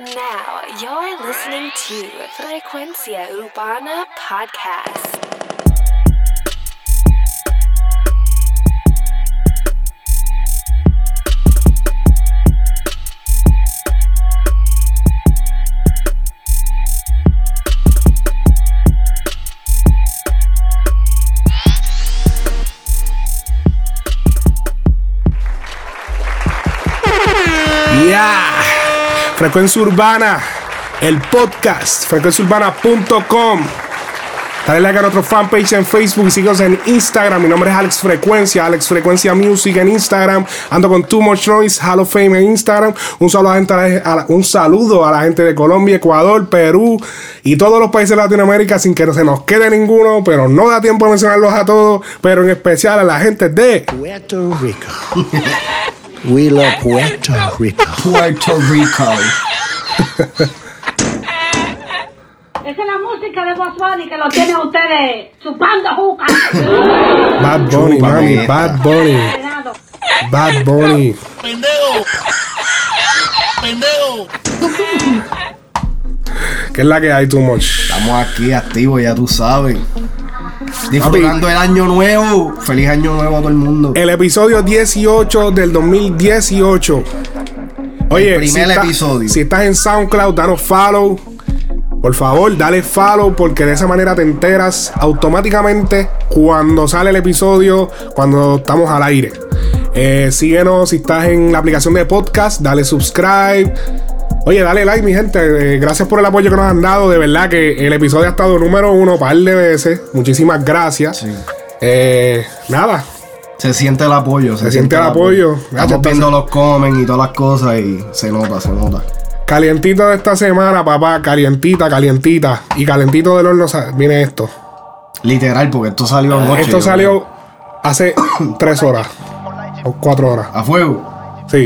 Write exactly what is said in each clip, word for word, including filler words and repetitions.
And now you're listening to Frecuencia Urbana Podcast. Yeah. Frecuencia Urbana, el podcast, frecuencia urbana punto com. Dale like a nuestro fanpage en Facebook y síguenos en Instagram. Mi nombre es Alex Frecuencia, Alex Frecuencia Music en Instagram. Ando con Too Much Noise, Hall of Fame en Instagram. Un saludo a la gente, a la, un saludo a la gente de Colombia, Ecuador, Perú y todos los países de Latinoamérica, sin que se nos quede ninguno, pero no da tiempo de mencionarlos a todos, pero en especial a la gente de Puerto Rico. We love Puerto Rico. Puerto Rico. Esa es la música de Bugs Bunny que lo tienen ustedes chupando juca. Bad Bunny, Chupa, mami, neta. Bad Bunny. Bad Bunny. Pendejo. Pendejo. ¿Qué es la que hay, Too Much? Estamos aquí activos, ya tú sabes. Disfrutando el año nuevo. Feliz año nuevo a todo el mundo. El episodio dieciocho del dos mil dieciocho. Oye, El primer si está- episodio. si estás en SoundCloud, danos follow. Por favor, dale follow porque de esa manera te enteras automáticamente cuando sale el episodio, cuando estamos al aire. Eh, síguenos si estás en la aplicación de podcast, dale subscribe. Oye, dale like, mi gente. Eh, gracias por el apoyo que nos han dado. De verdad que el episodio ha estado número uno un par de veces. Muchísimas gracias. Sí. Eh, nada, Se siente el apoyo. Se, Se siente el apoyo. Estamos Gacho, viendo los comments y todas las cosas y se nota, se nota. calientito de esta semana, papá. Calientita, calientita. Y calentito del horno sa- viene esto. Literal, porque esto salió anoche. Esto yo salió hace tres horas. O cuatro horas. creo. A fuego. Sí.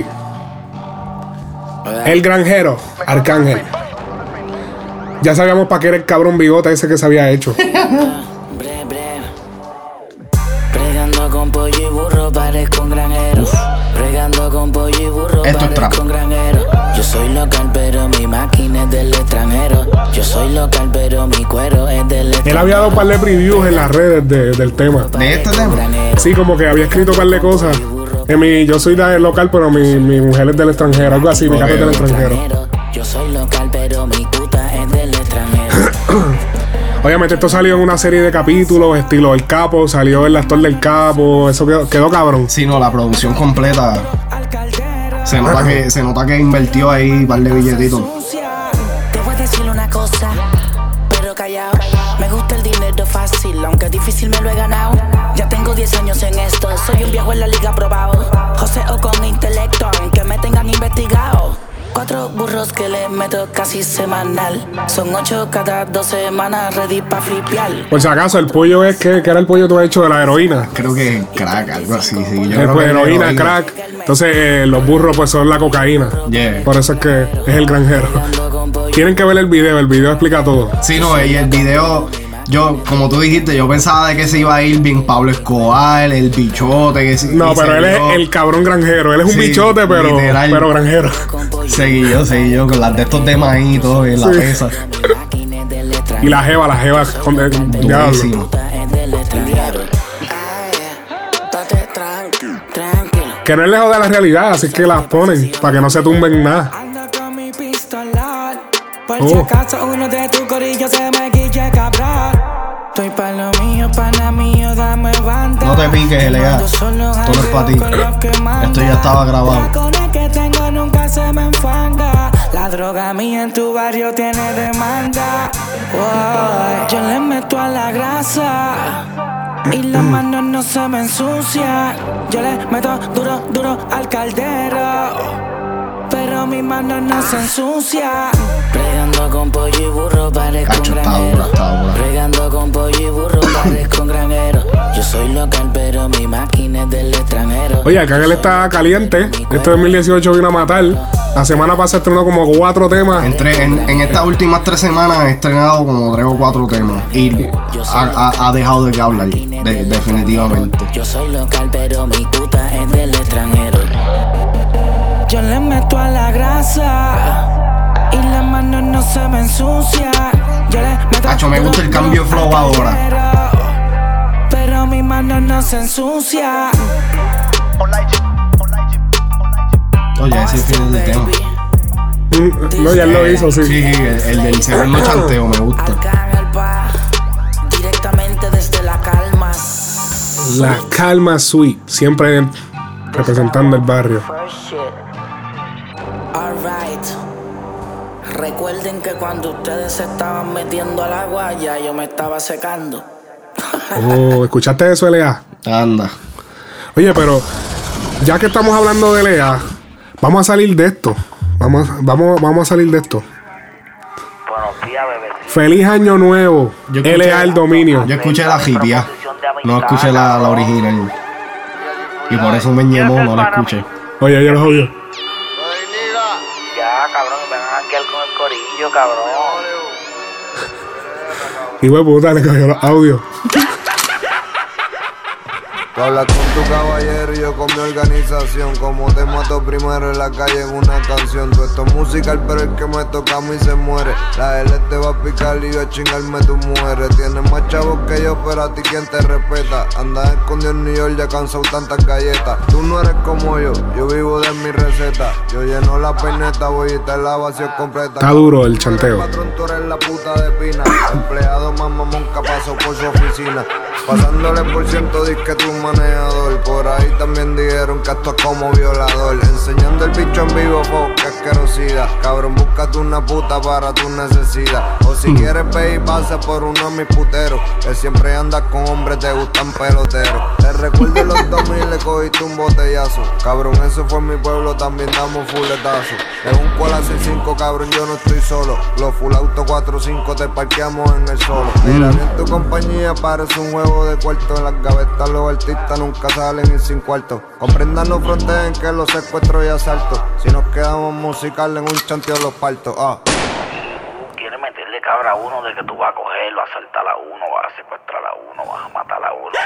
El granjero, Arcángel. Ya sabíamos para qué era el cabrón bigote ese que se había hecho. Bre, bre. Bregando con pollo y burro, parezco un granjero. Bregando con pollo y burro, Esto es trap. parezco un granjero. Yo soy local, pero mi máquina es del extranjero. Yo soy local, pero mi cuero es del extranjero. Él había dado un par de previews en las redes de- del tema. De este tema. Sí, como que había escrito un par de cosas. En mi, yo soy de local, pero mi, mi mujer es del extranjero. Algo así, mi casa es del extranjero. Yo soy local, pero mi puta es del extranjero. Obviamente esto salió en una serie de capítulos, estilo El Capo, salió el actor del Capo, eso quedó, quedó cabrón. Sí, no, la producción completa. Se nota que, se nota que invirtió ahí un par de billetitos. Te voy a decir una cosa, pero callado. Me gusta el dinero fácil, aunque difícil me lo he ganado. Ya tengo diez años en esto, soy un viejo en la liga probado. Joseo con intelecto, aunque me tengan investigado. Cuatro burros que le meto casi semanal. Son ocho cada dos semanas, ready pa' flipear. Por si acaso, el pollo es que, que era el pollo que tú has hecho de la heroína. Creo que es crack, algo así. Sí, yo Eh, creo pues, que es heroína, crack. Entonces eh, los burros pues son la cocaína. Yeah. Por eso es que es el granjero. Tienen que ver el video, el video explica todo. Sí, no, y el video, yo, como tú dijiste, yo pensaba de que se iba a ir bien Pablo Escobar, el bichote, que sí. No, y pero se él es vio- el cabrón granjero. Él es un Sí, bichote, pero, literal. pero granjero. Seguí yo, seguí yo, con las de estos de maíz y todo, en la Sí. pesa. Y la jeva, la jeva con el diablo. Buenísimo. Tranquilo. Que no es lejos de la realidad, así que las ponen para que no se tumben nada. Anda con mi pistola. Por Oh. si acaso uno de tu corillo se me quiere cabrar. Estoy pa' lo mío, pana mío, dame banda. No te piques, L A. Esto no es pa' ti. Esto ya estaba grabado. La cone que tengo nunca se me enfanga. La droga mía en tu barrio tiene demanda. Wow. Yo le meto a la grasa y las manos no se me ensucian. Yo le meto duro, duro al caldero, pero mis manos no se ensucian. Bregando con pollo y burro, parezco Cacho, un está granjero. dura, está dura. Bregando con pollo y burro, parezco un granjero. Yo soy local, pero mi máquina es del extranjero. Oye, Arcángel está caliente. Este dos mil dieciocho vino a matar. La semana pasada estrenó como cuatro temas. Entre, en, en estas últimas tres semanas he estrenado como tres o cuatro temas y ha, ha- ha dejado de qué hablar, de- definitivamente. Yo soy local, pero mi puta es del extranjero. Yo le meto a la grasa y la manos no se me ensucian. Yo le meto Hacho, me gusta el cambio de flow ahora. Pero mi mano no se ensucia. Oye, ese es el final del tema. Mm, no, ya él lo hizo, sí. Sí, el, el del segundo chanteo me gusta. Arcángel pa, directamente desde la calma. La Calma Suite, siempre representando el barrio. Alright. Recuerden que cuando ustedes se estaban metiendo al agua, ya yo me estaba secando. Oh, ¿escuchaste eso, L A? Anda. Oye, pero ya que estamos hablando de L A, vamos a salir de esto. Vamos, vamos, vamos a salir de esto. Buenos días, bebé. Feliz Año Nuevo. Yo escuché- L A el dominio. Yo escuché la hippia. No escuché la, la original. Y por eso me ñemó, no la escuché. Oye, yo los odio. Ya, cabrón, me van a janguear con el corillo, cabrón. Y güey, puta, le cogió los audios. Tú hablas con tu caballero y yo con mi organización. Como te mato primero en la calle en una canción. Tú esto es musical, pero el que me toca a mí se muere. La L te va a picar y yo a chingarme tú mueres. Tienes más chavos que yo, pero a ti quien te respeta. Andas escondido en New York, ya cansado tantas galletas. Tú no eres como yo, yo vivo de mi receta. Yo lleno la peineta, voy y te la vacío completa. Está duro el chanteo. Patrón, tú eres la puta de pina. Empleado más mamón que pasó por su oficina. Pasándole por ciento, dis que tú manejador. Por ahí también dijeron que esto es como violador. Enseñando el bicho en vivo, fo, que asquerosidad. Cabrón, búscate una puta para tu necesidad. O si quieres ver y pasa por uno de mis puteros, que siempre andas con hombres, te gustan peloteros. Te recuerdo los dos mil, le cogiste un botellazo. Cabrón, eso fue en mi pueblo, también damos fuletazo. Es un cola seis cinco, cabrón, yo no estoy solo. Los full auto cuatro cinco te parqueamos en el solo. Mira, en tu compañía parece un juego de cuarto. En las gavetas los artistas nunca salen y sin cuarto. Comprendan, no fronteen que los secuestros y asaltos. Si nos quedamos musical en un chanteo los partos. Ah. Quieres meterle cabra a uno de que tú vas a cogerlo, a asaltar a uno, vas a secuestrar a uno, vas a matar a uno.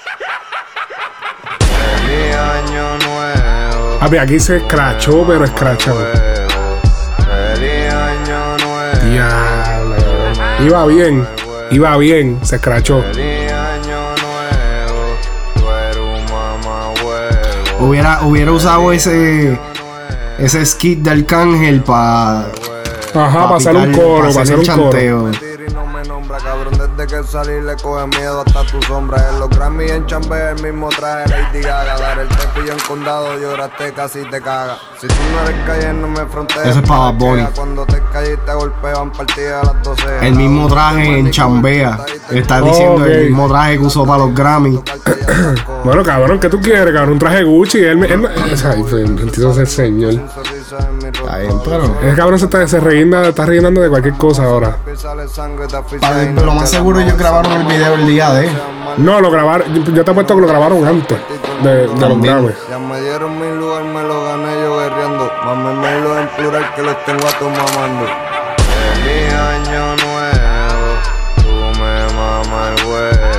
Feliz año nuevo. Papi, aquí se escrachó, pero escrachado. Feliz año nuevo. Diablo. Iba bien, iba bien, se escrachó. Feliz año nuevo. Tú eres un mamá huevo. Hubiera, hubiera usado ese ese skit de Arcángel para Ajá, para hacer un coro, para hacer un coro. Y no me nombra, cabrón, desde que salí le coge miedo hasta tu sombra. En los Grammy en Chambé el mismo traje Lady Gaga. Dar el tepillo en condado, lloraste casi te caga. Si tú no eres calle no me fronteas. Ese es pa' Bad Bunny. Cuando te calles te golpean partidas a las doce. el mismo traje en Chambea. Está diciendo Ok. el mismo traje que usó para los Grammy. Bueno, cabrón, ¿qué tú quieres, cabrón? Un traje Gucci. Él, él, él, ay, bendito sea el señor. Está bien, pero Ese cabrón se está, se reguinda, está riendo de cualquier cosa ahora. para- lo más seguro ellos grabaron el video el día de. No, lo grabaron. Yo te apuesto que lo grabaron antes de, de los También. Grammys. Ya me dieron mi lugar, me lo gané yo guerreando. Mámemelo en plural que los tengo a todos mamando. Feliz año nuevo, tú me mamas el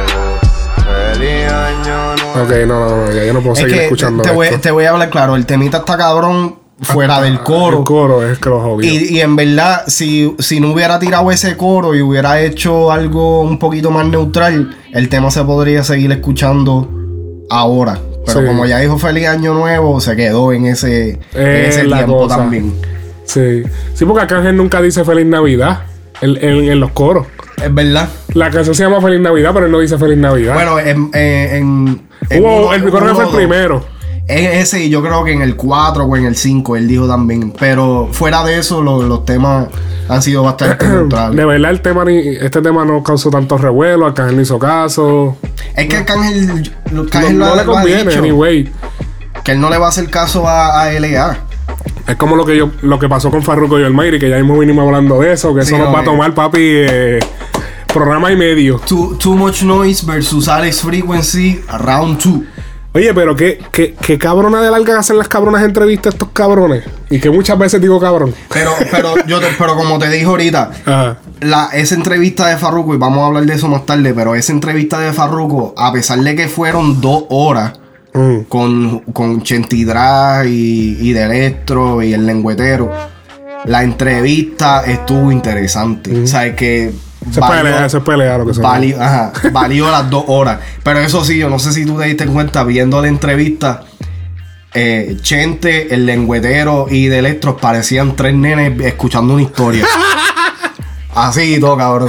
huevo. Feliz año nuevo. Ok, no, no, no, ya yo no puedo Es seguir que escuchando te, te voy, esto. te voy a hablar claro. El temita está cabrón fuera del coro. El coro es que lo jodió. Y, y en verdad, si, si no hubiera tirado ese coro y hubiera hecho algo un poquito más neutral, el tema se podría seguir escuchando ahora. Pero Sí. como ya dijo Feliz Año Nuevo, se quedó en ese, en Es ese la tiempo cosa. también. Sí. Sí, porque Arcángel nunca dice Feliz Navidad en, en, en los coros. Es verdad. La canción se llama Feliz Navidad, pero él no dice Feliz Navidad. Bueno, en, en, en, en Hubo, uno- el coro uno fue el dos. primero. En ese, y yo creo que en el cuatro o en el cinco él dijo también. Pero fuera de eso, lo- los temas han sido bastante neutrales. De verdad, el tema ni, este tema no causó tanto revuelo. Arcángel no hizo caso. Es que Arcángel, No, Arcángel no lo- le lo ha conviene, dicho, anyway. que él no le va a hacer caso a, a L A. Es como lo que yo, lo que pasó con Farruko y Almighty, que ya mismo vinimos hablando de eso, que Sí, eso nos no, va a eh. tomar, papi, eh, programa y medio. Too, Too Much Noise versus Alex Frequency, round two. Oye, pero qué, qué, qué cabrona de larga hacen las cabronas entrevistas estos cabrones. Y que muchas veces digo cabrón. Pero, pero, yo te- pero como te dije ahorita, Ajá. la, esa entrevista de Farruko, y vamos a hablar de eso más tarde, pero esa entrevista de Farruko, a pesar de que fueron dos horas Mm. con, con Chentidra y, y de Electro y el lengüetero, La entrevista estuvo interesante. Mm. O sea, que se valió, pelea, se pelea lo que valió, ajá, valió las dos horas. Pero eso sí, yo no sé si tú te diste cuenta viendo la entrevista. Eh, Chente, el lengüetero y de Electros parecían tres nenes escuchando una historia. Así y todo, cabrón.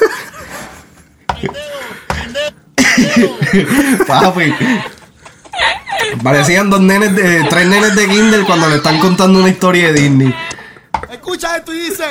Papi. Parecían dos nenes de, tres nenes de Kindle cuando le están contando una historia de Disney. Escucha esto y dice.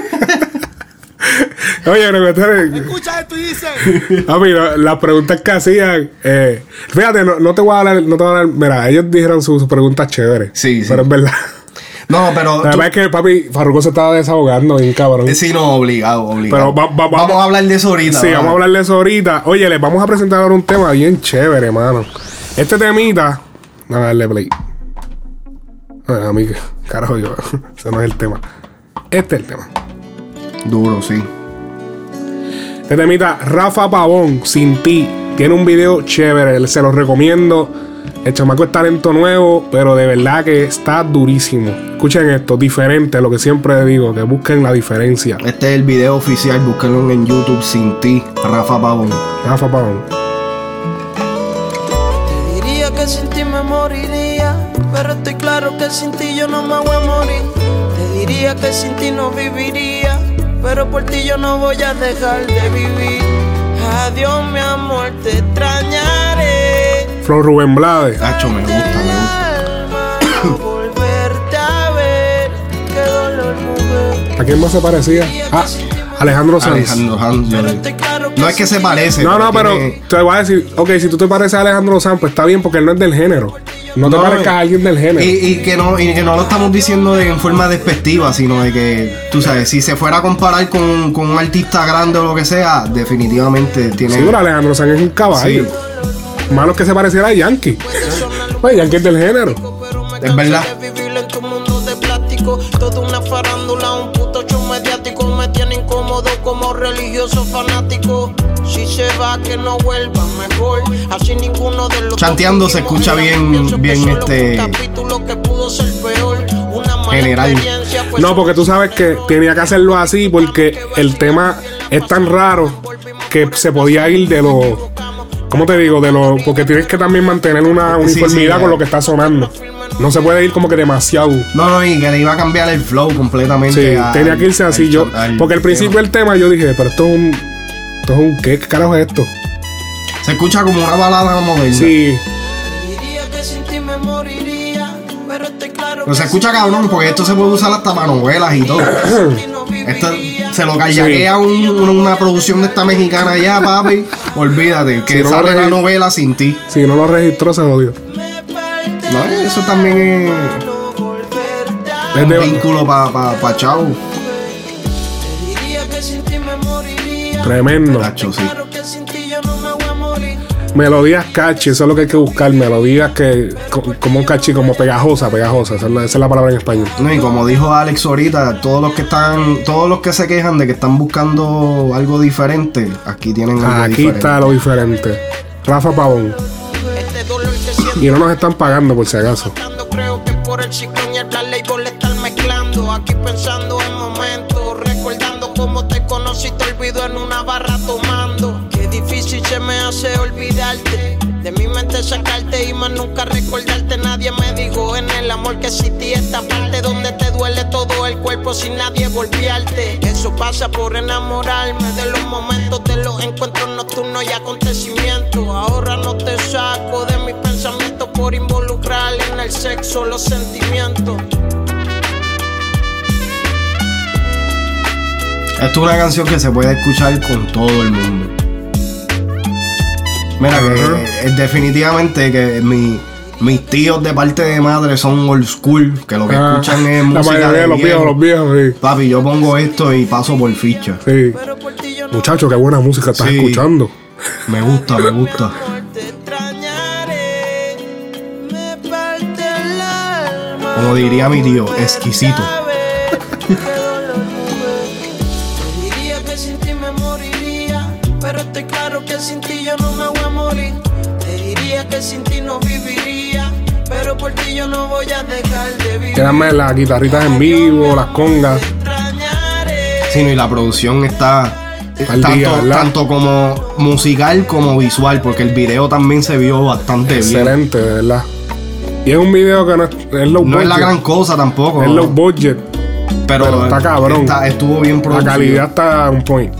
Oye, lengüetero. Escucha esto y dice. Papi, no, las preguntas que hacían. Eh, fíjate, no, no te voy a hablar, no te voy a hablar. Mira, ellos dijeron sus, sus preguntas chéveres. Sí, sí. Pero es verdad. No, pero. La verdad es que, papi, Farruko se estaba desahogando bien cabrón. Sí, no, obligado, obligado. Pero va, va, va, vamos a hablar de eso ahorita. Sí, ¿verdad? vamos a hablar de eso ahorita. Oye, les vamos a presentar ahora un tema bien chévere, hermano. Este temita. Vamos a darle play. Bueno, a mí, carajo, yo. Ese no es el tema. Este es el tema. Duro, sí. Este temita, Rafa Pavón, Sin Ti. Tiene un video chévere, se los recomiendo. El chamaco es talento nuevo, pero de verdad que está durísimo. Escuchen esto, diferente, lo que siempre digo, que busquen la diferencia. Este es el video oficial, búsquenlo en YouTube, Sin Ti, Rafa Pavón. Rafa Pavón. Te diría que sin ti me moriría, pero estoy claro que sin ti yo no me voy a morir. Te diría que sin ti no viviría, pero por ti yo no voy a dejar de vivir. Adiós mi amor, te extrañaré. Flow Rubén Blades. Hacho, me gusta, me gusta. Volverte a ver, qué dolor, mujer. ¿A quién más se parecía? Ah, Alejandro Sanz. Alejandro Sanz. No es que se parece. No, no, pero tiene... te voy a decir, ok, si tú te pareces a Alejandro Sanz, pues está bien porque él no es del género. No te no, parezcas a alguien del género. Y, y, que no, y que no lo estamos diciendo de, en forma despectiva, sino de que, tú sabes, si se fuera a comparar con, con un artista grande o lo que sea, definitivamente tiene... Sí, pero Alejandro Sanz es un caballo. Sí. Malo que se pareciera a Yankee. Pues Yankee es del género. Es verdad. Toda una farándula, un puto show mediático. Me tiene incómodo como religioso fanático. Si se va, que no vuelva mejor. Así ninguno de los chanteando se escucha bien, bien este general. No, porque tú sabes que tenía que hacerlo así porque el tema es tan raro que se podía ir de lo, ¿cómo te digo? De lo, porque tienes que también mantener una uniformidad sí, sí, con lo que está sonando. No se puede ir como que demasiado. No, no, y que le iba a cambiar el flow completamente. Sí, a, tenía que irse así. Yo, porque al principio del tema yo dije, pero esto es un, esto es un ¿qué? ¿Qué carajo es esto? Se escucha como una balada moderna. Sí. Pero se escucha cabrón, porque esto se puede usar hasta para novelas y todo. Esto se lo callaquea sí. un, una producción de esta mexicana allá, papi. Olvídate, que si no sale la novela sin ti. Si no lo registró, se jodió. No, eso también es, es un de... vínculo para pa, pa Chavo. Tremendo. Tacho, sí. Melodías catchy, eso es lo que hay que buscar. Melodías que como un catchy, como pegajosa, pegajosa. Esa es, la, esa es la palabra en español. No, y como dijo Alex ahorita, todos los que están, todos los que se quejan de que están buscando algo diferente, aquí tienen algo aquí diferente. Aquí está lo diferente. Rafa Pavón. Y no nos están pagando por si acaso. Creo que por el ciclón y el plan label están mezclando. Aquí pensando en momentos, recordando cómo te conocí, te olvido en una barra tomando. Qué difícil se me hace olvidarte, de mi mente sacarte y más nunca recordarte. Nadie me dijo en el amor que existí esta parte donde te duele todo el cuerpo sin nadie golpearte. Eso pasa por enamorarme de los momentos, de los encuentros nocturnos y acontecimientos. Ahora no te saco de mis pensamientos por involucrar en el sexo los sentimientos. Esto es una canción que se puede escuchar con todo el mundo. Mira, que uh-huh. es definitivamente que mi, mis tíos de parte de madre son old school, que lo que uh, escuchan es música de los viejos, los viejos, sí. Papi, yo pongo esto y paso por ficha. Sí. Muchacho, qué buena música estás sí. escuchando. Me gusta, me gusta. Como diría mi tío, exquisito. Que sin ti no viviría, pero pero por ti yo no voy a dejar de vivir. Quédame las guitarritas en vivo, las congas. Sí, no, y la producción está Al tanto, día, ¿verdad? tanto como musical como visual, porque el video también se vio bastante Excelente, de verdad. Y es un video que no es, es low bien. No budget. es la gran cosa tampoco. Es ¿no? low budget. Pero, pero está cabrón. está- estuvo bien La producido. calidad está un point.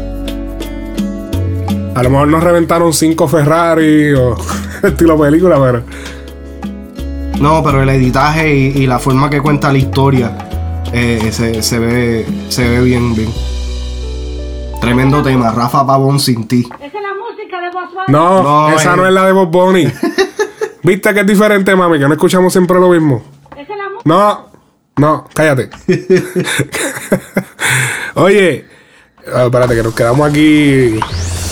A lo mejor nos reventaron cinco Ferrari o estilo película, pero No, pero el editaje y, y la forma que cuenta la historia eh, se, se ve se ve bien, bien. Tremendo tema, Rafa Pavón Sin Ti. Esa es la música de Boss Bunny. no, No, esa eh. no es la de Bob Bunny. ¿Viste que es diferente, mami? Que no escuchamos siempre lo mismo. Esa es la música. No, no, cállate. Oye, ah, espérate, que nos quedamos aquí.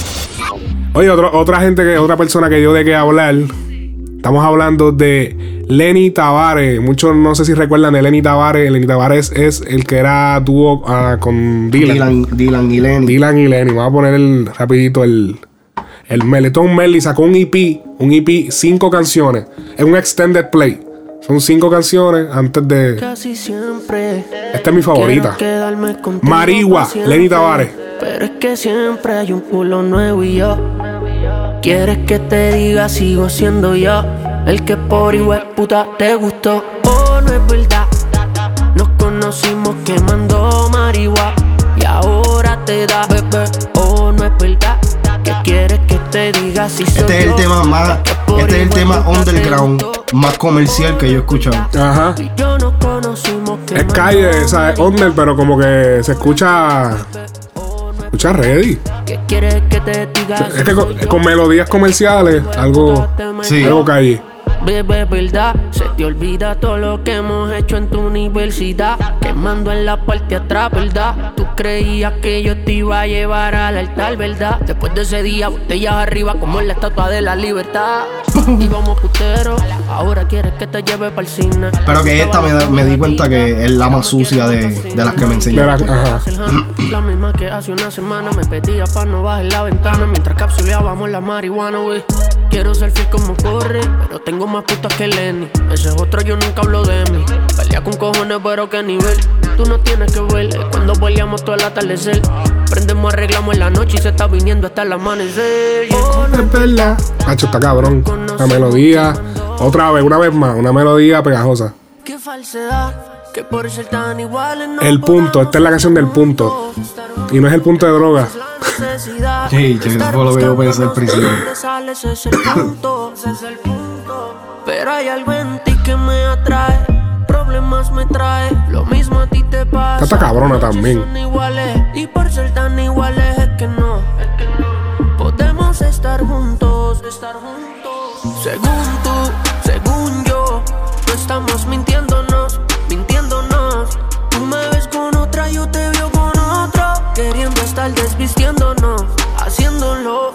Oye, otro- otra gente, que otra persona que dio de qué hablar. Estamos hablando de Lenny Tavares. Muchos no sé si recuerdan de Lenny Tavares. Lenny Tavares es el que era dúo ah, con Dylan. Dylan, Dylan y Lenny. Dylan y Lenny. Vamos a poner el, rapidito el, el Meletón Melly sacó un E P. Un E P, cinco canciones. Es un extended play. Son cinco canciones antes de... Casi siempre. Esta es mi favorita. Quiero quedarme contigo Marigua, pa' siempre. Lenny Tavares. Pero es que siempre hay un culo nuevo y yo. Quieres que te diga sigo siendo yo el que por igual puta te gustó. Oh, no es verdad. Nos conocimos quemando marihuana y ahora te da bebé. Oh, no es verdad. Que quieres que te diga si soy Este es el yo, tema más, el que por este es el igual tema puta te underground gustó. más comercial que yo he escuchado. Ajá. Y yo nos conocimos Es calle, o sea, es under, pero como que se escucha. Se escucha ready. que quieres que te diga Es que con, con melodías comerciales, algo. Sí. Algo calle. Bebé, verdad, se te olvida todo lo que hemos hecho en tu universidad. Quemando en la parte de atrás, verdad. Tú creías que yo te iba a llevar al altar, verdad. Después de ese día, botellas arriba como en la estatua de la libertad. Íbamos puteros, ahora quieres que te lleve para el cine. Pero que esta me, da- me di cuenta que es la más sucia de, de las que me De la- enseñaste. ajá. La misma que hace una semana me pedía pa' no bajar la ventana mientras capsuleábamos la marihuana, wey. Quiero ser fiel como corre, pero tengo más putas que Lenny. Ese es otro, yo nunca hablo de mí. Pelea con cojones, pero qué nivel. Tú no tienes que ver, es cuando peleamos todo el atardecer. Prendemos, arreglamos en la noche y se está viniendo hasta el amanecer. Oh, no Es verdad. Hacho, está cabrón. La melodía. Otra vez, una vez más, una melodía pegajosa. qué falsedad, que por ser tan iguales no El punto, esta es la canción del punto. Y no es el punto de droga. necesidad. Sí, che, eso fue lo que yo pensé al principio. ¿Dónde sales? Ese es el punto, ese es el punto. Pero hay algo en ti que me atrae, problemas me trae, lo mismo a ti te pasa. Esta está cabrona también. Son iguales, y por ser tan iguales es que no, es que no podemos estar juntos, estar juntos. Según tú, según yo, no estamos mintiéndonos, mintiéndonos. Tú me ves con otra, yo te veo con otro, queriendo estar desvistiéndonos, haciéndolo.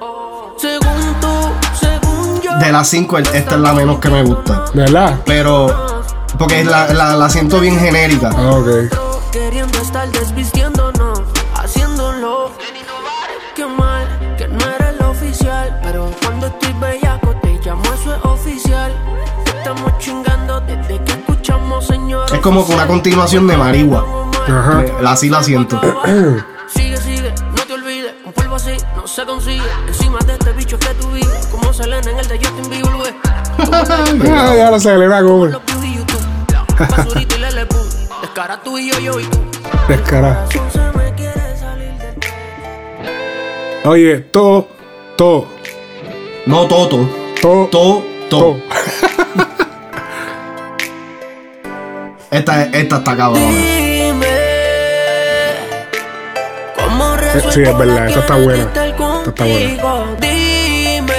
Según tú, según yo. De las cinco, esta es la menos que me gusta. ¿Verdad? Pero, porque la, la, la siento bien genérica. Ah, ok. Queriendo estar desvistiéndonos, haciéndolo. Qué mal, que no eres el oficial. Pero cuando estoy bellaco te llamo, eso es oficial. Estamos chingando desde que escuchamos, señor. Es como que una continuación de Marigua. Ajá. Eh, Así la siento. Sigue, sigue, no te olvides. Un polvo así no se consigue. Encima de este bicho que tú vives, como Selena en el de Justin Bieber, güey. Ah, ya lo sé, le va a comer. Los views de YouTube, basurita y lele pum. Descara tú y yo, yo y tú. Descarado. Se me quiere salir del Oye, to, to, No, Toto. to, To, to. to. Esta, esta está cabrona. Dime cómo resuelvo sí, es verdad, la esta está que buena. estar Esta está buena. contigo. Dime,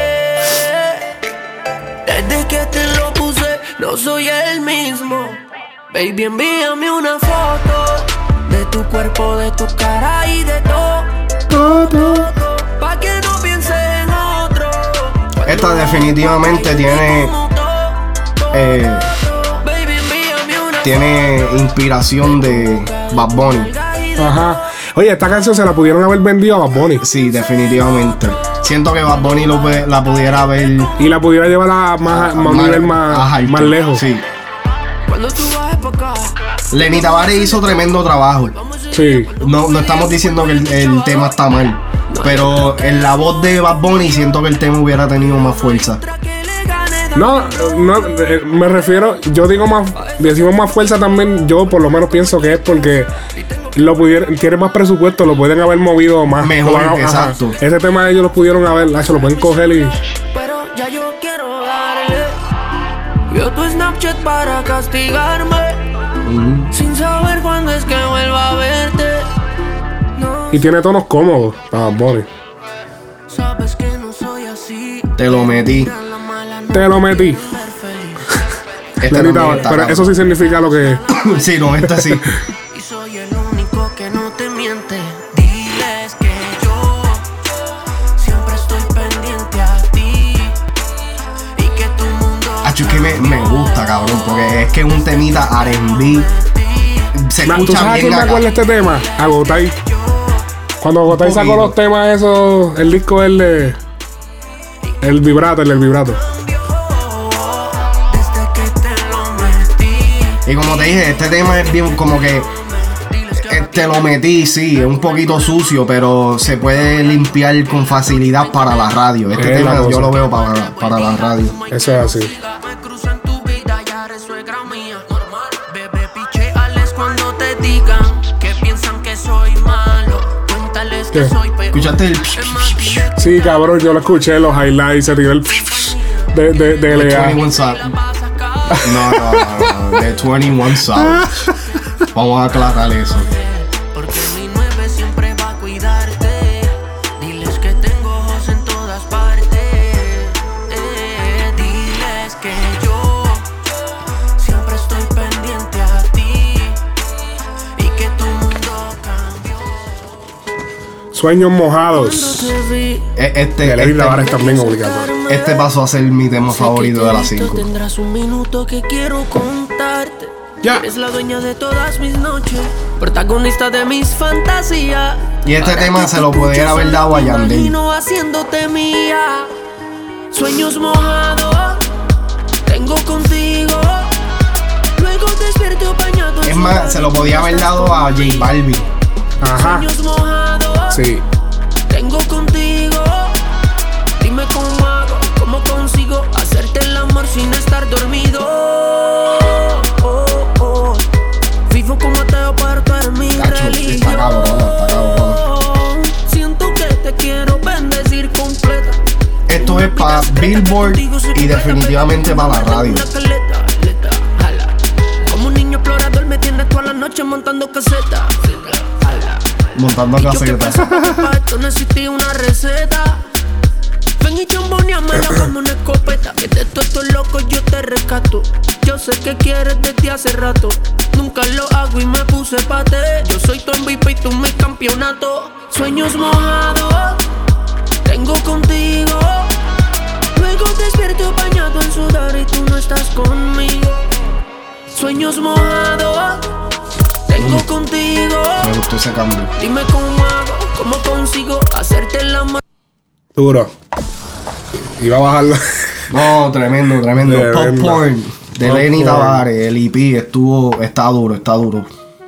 desde que te lo puse, no soy el mismo. Baby, envíame una foto de tu cuerpo, de tu cara y de todo, todo, pa' que no pienses en otro. Esta definitivamente tiene. Eh, Baby, envíame una tiene inspiración de Bad Bunny. Ajá. Oye, esta canción se la pudieron haber vendido a Bad Bunny. Sí, definitivamente. Siento que Bad Bunny lo, la pudiera ver. Y la pudiera llevar a más, a un nivel más, más lejos. Sí. Lenny Tavares hizo tremendo trabajo. Sí. No, no estamos diciendo que el, el tema está mal. Pero en la voz de Bad Bunny siento que el tema hubiera tenido más fuerza. No, no, eh, me refiero, yo digo más, decimos más fuerza también, yo por lo menos pienso que es porque lo pudieron, tiene más presupuesto, lo pueden haber movido más. Mejor, ajá, exacto. Ajá. Ese tema ellos lo pudieron haber, se lo pueden coger y... Pero ya yo quiero darle. Vio tu Snapchat para castigarme. Mm. Sin saber cuándo es que vuelva a verte. No. Y tiene tonos cómodos para Bad Bunny. Sabes que no soy así. Te lo metí. Te lo metí. Este Lenita, pero cabrón. Eso sí significa lo que... Sí, no, este sí. Y soy el único que no te miente. Diles que yo siempre estoy pendiente a ti. Y que tu mundo... Acho, es que me, me gusta, cabrón, porque es que es un temita R and B. Se Ma, escucha ¿tú sabes bien quién me acuerda este tema? A Gotay. Cuando Gotay sacó los temas esos, el disco el de... El vibrato, el del vibrato. Y como te dije, este tema es bien como que te lo metí, sí, es un poquito sucio, pero se puede limpiar con facilidad para la radio. Este es tema yo lo veo para, para la radio. Eso es así. ¿Qué? ¿Escuchaste el? Sí, cabrón, yo lo escuché, los highlights, se tiró el de, de, de L A. veintiuno Savage. No, no, no, no, de veintiuno Savage. Vamos a aclarar eso. Porque mi nueve siempre va a cuidarte. Diles que tengo ojos en todas partes. Eh, diles que yo siempre estoy pendiente a ti. Y que tu mundo cambió. Sueños mojados. Este, este, este también obligatorio. Este pasó a ser mi tema favorito de las cinco. Tendrás un minuto que quiero contarte. Ya. Eres la dueña de todas mis noches, protagonista de mis fantasías. Y este Para tema se lo pudiera haber dado a Yandel. Haciéndote mía. Sueños mojados tengo contigo. Luego despierto bañado. Es más, se lo podía haber dado a J Balvin. Ajá. Sueños mojados. Sí. Tengo contigo. Dime cómo hago, cómo consigo hacerte el amor sin estar dormido. Oh, oh. Vivo como ateo, pero tú eres mi Cacho, religión. está cabrón, está cabrón. Siento que te quiero bendecir completa. Esto es para Billboard y definitivamente para la radio. Como un niño explorador me tienes toda la noche montando caseta. Montando caseta. Para esto necesité una receta. Ven y chamboneamela como una escopeta. Que de todos estos locos yo te rescato. Yo sé que quieres desde hace rato. Nunca lo hago y me puse pa' ti. Yo soy tu M V P y tú mi campeonato. Sueños mojados tengo contigo. Luego despierto bañado en sudor y tú no estás conmigo. Sueños mojados tengo mm. contigo. Me gustó ese cambio. Dime cómo hago, cómo consigo hacerte el amor. Duro. Iba a bajarlo. No, tremendo, tremendo. Pop Porn de Pop Lenny Tavares. El E P estuvo, está duro, está duro.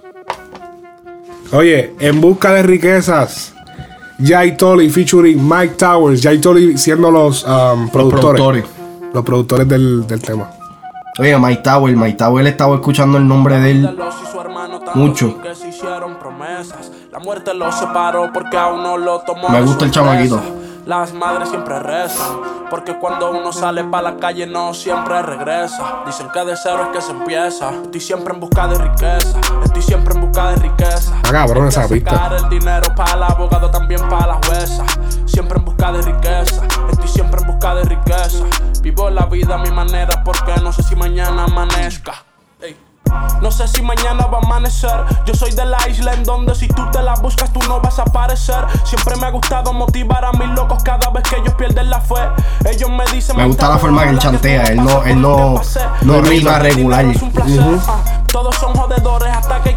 Oye, En Busca de Riquezas. Jay Tolly featuring Mike Towers. Jay Tolly siendo los, um, productores, los productores. Los productores del, del tema. Oye, Mike Towers. Mike Towers estaba escuchando el nombre de él mucho. La muerte los separó porque aún no lo tomó. Me gusta el chamaquito. Las madres siempre rezan, porque cuando uno sale pa' la calle no siempre regresa. Dicen que de cero es que se empieza. Estoy siempre en busca de riqueza. Estoy siempre en busca de riqueza. Ah, cabrón, esa pista. El dinero para el abogado, también para la jueza. Siempre en busca de riqueza. Estoy siempre en busca de riqueza. Vivo la vida a mi manera porque no sé si mañana amanezca. Ey. No sé si mañana va a amanecer. Yo soy de la isla en donde si tú te la buscas tú no vas a aparecer. Siempre me ha gustado motivar a mis locos cada vez que ellos pierden la fe. Ellos me dicen. Me gusta la forma que él chantea. Él no, él no, no rima regular. Uh-huh. Todos son jodedores hasta que hay que hacer cosas.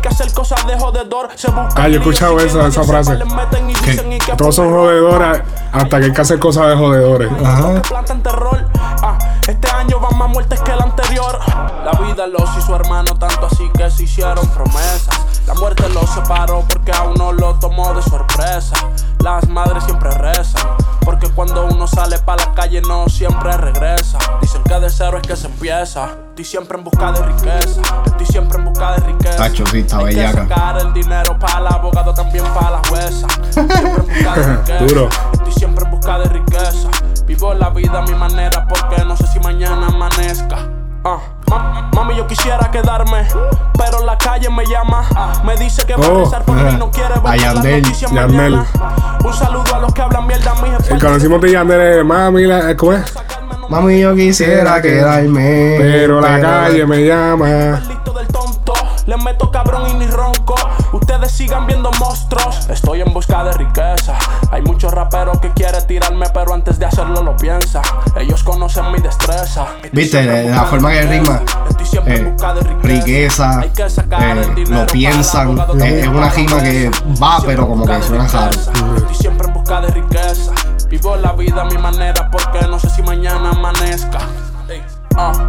cosas de jodedor. Se busca Ah, yo he escuchado esa, esa frase. Que todos son jodedores hasta que hay que hacer cosas de jodedores. Ajá. Plantan terror. Ah, este año van más muertes que el anterior. La vida los hizo hermanos tanto así que se hicieron promesas. La muerte los separó porque a uno lo tomó de sorpresa. Las madres siempre rezan porque cuando uno sale pa' la calle no siempre regresa. Dicen que de cero es que se empieza. Estoy siempre en busca de riqueza. Estoy siempre en busca de riqueza. Tacho, sí, está Hay bellaca. que sacar el dinero para el abogado, también para la jueza. Siempre en busca de riqueza. Duro. Estoy siempre en busca de riqueza. Vivo la vida a mi manera porque no sé si mañana amanezca. Ah, ma- mami, yo quisiera quedarme, pero la calle me llama. Me dice que va a Oh, rezar por mí y no quiere ver a las Yandel, noticias Yandel. mañana. Un saludo a los que hablan mierda, mi jefe. El conocimos de Yandel es mami, la- ¿cómo es? Mami, yo quisiera quedarme, Pero la pero- calle me llama. Le meto cabrón y ni ronco. Ustedes sigan viendo monstruos. Estoy en busca de riqueza. Hay muchos raperos que quieren tirarme, pero antes de hacerlo lo piensa. Ellos conocen mi destreza. Viste, la forma que rima, eh, riqueza, eh, lo piensan, eh, es una rima que va, pero como que suena raro. Estoy siempre en busca de riqueza. Vivo la vida a mi manera porque no sé si mañana amanezca. Ey, ah.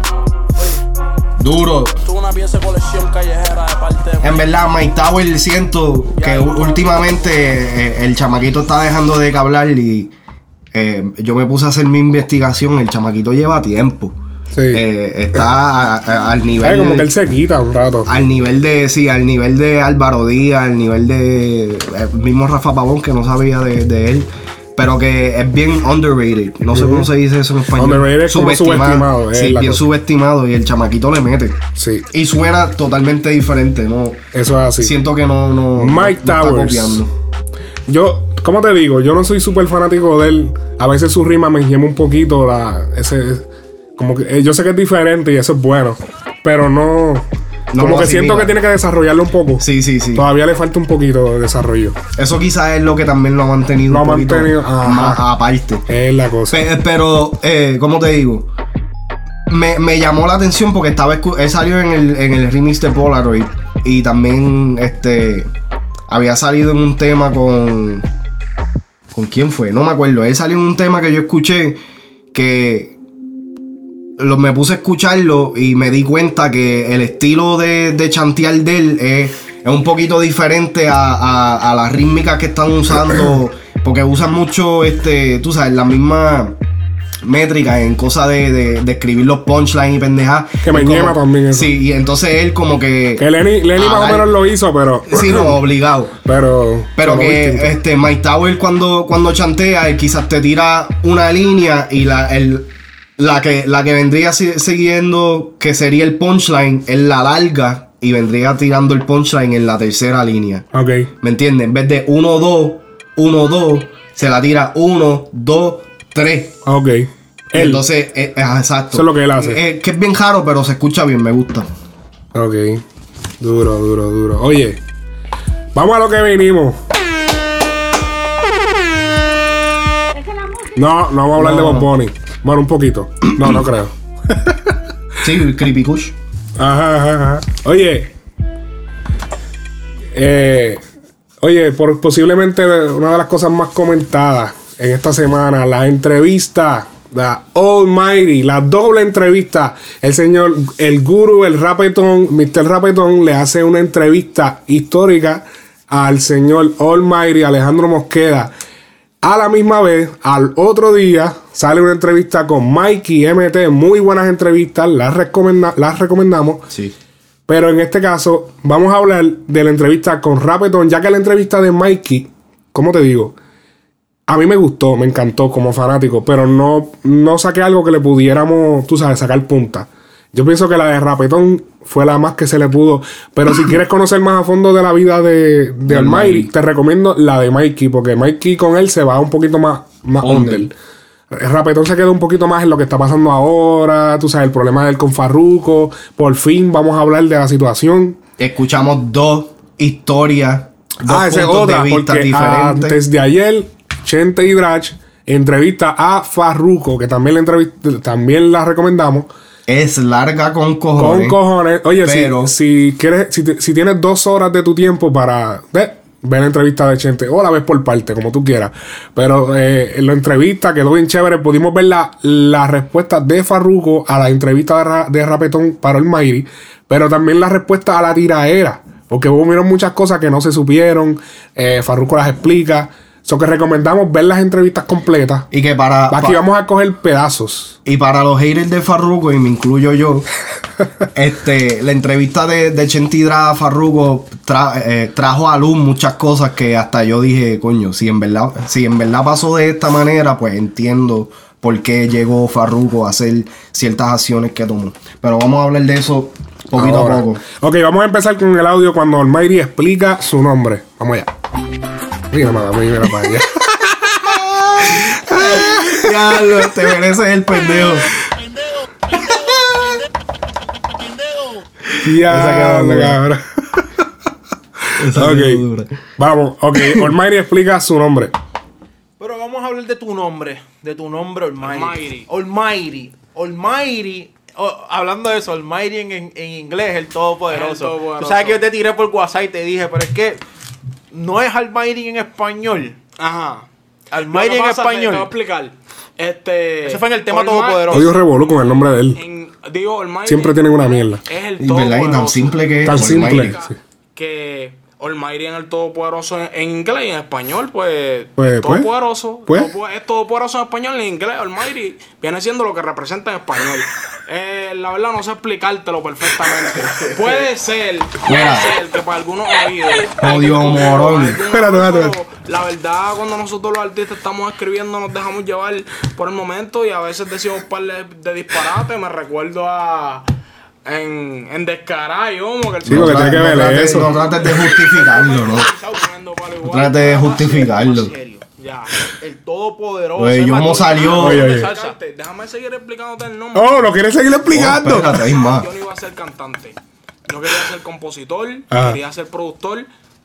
Duro. Tuve una pieza de colección callejera de parte de... En verdad, Mike Tower siento que u- últimamente eh, el chamaquito está dejando de hablar y eh, yo me puse a hacer mi investigación. El chamaquito lleva tiempo. Sí. Eh, está a- a- al nivel. Ay, como que él se quita un rato. Al nivel de, sí, al nivel de Álvaro Díaz, al nivel de el mismo Rafa Pavón, que no sabía de, de él, pero que es bien underrated. No sé Ujú. cómo se dice eso en español. Underrated es como subestimado, es Sí, la bien cosa. subestimado y el chamaquito le mete. Sí. Y suena totalmente diferente, ¿no? Eso es así. Siento que no, no, Mike no- no está Towers. copiando. Yo, ¿cómo te digo? Yo no soy súper fanático de él. A veces su rima me llama un poquito la, ese, como que, eh, yo sé que es diferente y eso es bueno, pero no, No como lo que siento asimila. que tiene que desarrollarlo un poco. Sí, sí, sí. Todavía le falta un poquito de desarrollo. Eso quizás es lo que también lo ha mantenido Lo un ha poquito mantenido, ajá. más aparte. Es la cosa. Pe- pero, eh, ¿cómo te digo? Me, me llamó la atención porque estaba escu- él salió en el, en el remix de Polaroid. Y también este había salido en un tema con. ¿Con quién fue? No me acuerdo. Él salió en un tema que yo escuché que. Lo, me puse a escucharlo y me di cuenta que el estilo de, de chantear de él es, es un poquito diferente a, a, a las rítmicas que están usando. Porque usan mucho, este, tú sabes, la misma métrica en cosas de, de, de escribir los punchlines y pendejas. Que me Es como- ñema también eso. Sí, y entonces él como que... Que Lenny, Lenny Ah, más o dale. menos lo hizo, pero. Sí, no, obligado. Pero. Pero sonó que distinto. este Mike Tower cuando, cuando chantea, él quizás te tira una línea y la, el, la, que, la que vendría si- siguiendo, que sería el punchline, él la larga y vendría tirando el punchline en la tercera línea. Ok. ¿Me entiendes? En vez de uno dos, uno dos, se la tira uno dos tres. Ok. Él. Entonces, eh, eh, exacto. Eso es lo que él hace. Eh, que es bien raro, pero se escucha bien, me gusta. Ok. Duro, duro, duro. Oye, vamos a lo que vinimos. No, no vamos a hablar de No. Bob Bunny. Bueno, un poquito. No, no creo. Sí, Creepy Kush. Ajá, ajá, ajá. Oye. Eh, oye, por, posiblemente una de las cosas más comentadas en esta semana, la entrevista, la Almighty, la doble entrevista. El señor, el guru, el rapetón, mister Rapetón, le hace una entrevista histórica al señor Almighty, Alejandro Mosqueda. A la misma vez, al otro día, sale una entrevista con Mikey M T. Muy buenas entrevistas, las, recomenda- las recomendamos. Sí. Pero en este caso, vamos a hablar de la entrevista con Rapetón, ya que la entrevista de Mikey, ¿cómo te digo? A mí me gustó, me encantó como fanático, pero no, no saqué algo que le pudiéramos, tú sabes, sacar punta. Yo pienso que la de Rapetón fue la más que se le pudo. Pero si quieres conocer más a fondo de la vida de, de Almighty, te recomiendo la de Mikey, porque Mikey con él se va un poquito más, más Under. under. Rapetón se queda un poquito más en lo que está pasando ahora, tú sabes, el problema del con Farruko. Por fin vamos a hablar de la situación. Escuchamos dos historias. Dos Ah, esa es puntos otra, de vista porque diferentes. antes de ayer, Chente y Drach entrevista a Farruko, que también la, entrevista, también la recomendamos. Es larga con cojones. Con cojones. Oye, pero... si, si quieres, si, te, si tienes dos horas de tu tiempo para ve, ver la entrevista de Chente, o la ves por parte, como tú quieras. Pero eh, en la entrevista quedó bien chévere. Pudimos ver la, la respuesta de Farruko a la entrevista de, Ra, de Rapetón para Almighty, pero también la respuesta a la tiraera. Porque hubo muchas cosas que no se supieron. Eh, Farruko las explica. So que recomendamos ver las entrevistas completas. Y que para... Aquí pa, vamos a coger pedazos. Y para los haters de Farruko, y me incluyo yo, este, la entrevista de, de Chente y Dra a Farruko tra, eh, trajo a luz muchas cosas que hasta yo dije, coño, si en verdad, si en verdad pasó de esta manera, pues entiendo por qué llegó Farruko a hacer ciertas acciones que tomó. Pero vamos a hablar de eso poquito Ahora. a poco. Ok, vamos a empezar con el audio cuando Almighty explica su nombre. Vamos allá. Mira, mamá, mira para allá. Ya, lo, te mereces el pendejo. Ya, cabrón. Ok, vamos. Ok, Almighty explica su nombre. Pero vamos a hablar de tu nombre. De tu nombre, Almighty. Almighty. Almighty. Oh, hablando de eso, Almighty en, en, en inglés es el todopoderoso. El todopoderoso. Tú sabes que yo te tiré por WhatsApp y te dije, pero es que no es Almighty en español. Ajá. Almighty en pasa, español. Te voy a explicar. Este, Eso fue en el tema Almighty, todopoderoso. Odio revolú con el nombre de él. En, digo, Almighty Siempre tienen una mierda. es el Y verdad, y todopoderoso. tan simple que es. Tan simple. Almighty. Sí. Que Almighty en el todopoderoso en, en inglés y en español, pues, Pues, todopoderoso. pues. Todo, es todopoderoso en español y en inglés. Almighty viene siendo lo que representa en español. eh, la verdad no sé explicártelo perfectamente. Puede ser, puede Mira. ser que para algunos oídos. Odio morón. Espérate, espérate, espérate. La verdad, cuando nosotros los artistas estamos escribiendo, nos dejamos llevar por el momento y a veces decimos un par de, de disparates. Me recuerdo a... En, en Descarado, como que el Sí, porque tiene que ver no trates, eso. no trates de justificarlo, ¿no? No trates de justificarlo. Ya. El todopoderoso. Oye, yo cómo salió. Oye, oye. Déjame seguir explicándote el nombre. Oh, ¿lo quieres seguir explicando? Oh, espérate, hay más. Yo no iba a ser cantante. Yo quería ser compositor, Ah. quería ser productor,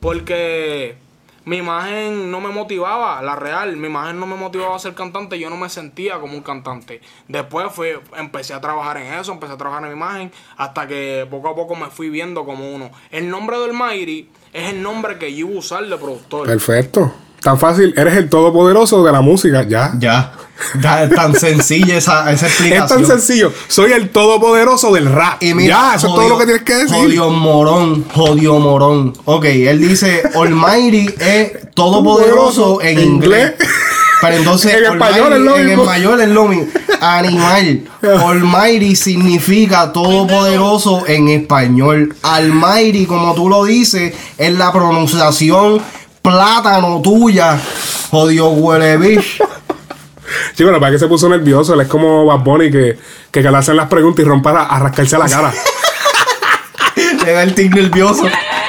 porque mi imagen no me motivaba, la real, mi imagen no me motivaba a ser cantante, yo no me sentía como un cantante. Después fui, empecé a trabajar en eso, empecé a trabajar en mi imagen, hasta que poco a poco me fui viendo como uno. El nombre de Almighty es el nombre que yo iba a usar de productor. Perfecto. Tan fácil. Eres el todopoderoso de la música. Ya. Ya. Ya es tan sencilla esa, esa explicación. Es tan sencillo. Soy el todopoderoso del rap. Y mira, ya, eso jodió, es todo lo que tienes que decir. Jodió morón, jodió morón. Ok, él dice Almighty es todopoderoso en inglés. Pero entonces En español es lo en mismo. español es lo mismo. Animal. Almighty significa todopoderoso en español. Almighty, como tú lo dices, es la pronunciación plátano tuya. Jodió huele bicho. Sí, bueno, para que se puso nervioso. Él es como Bad Bunny que, que, que le hacen las preguntas y rompa a, a rascarse la cara. Le da el tic nervioso.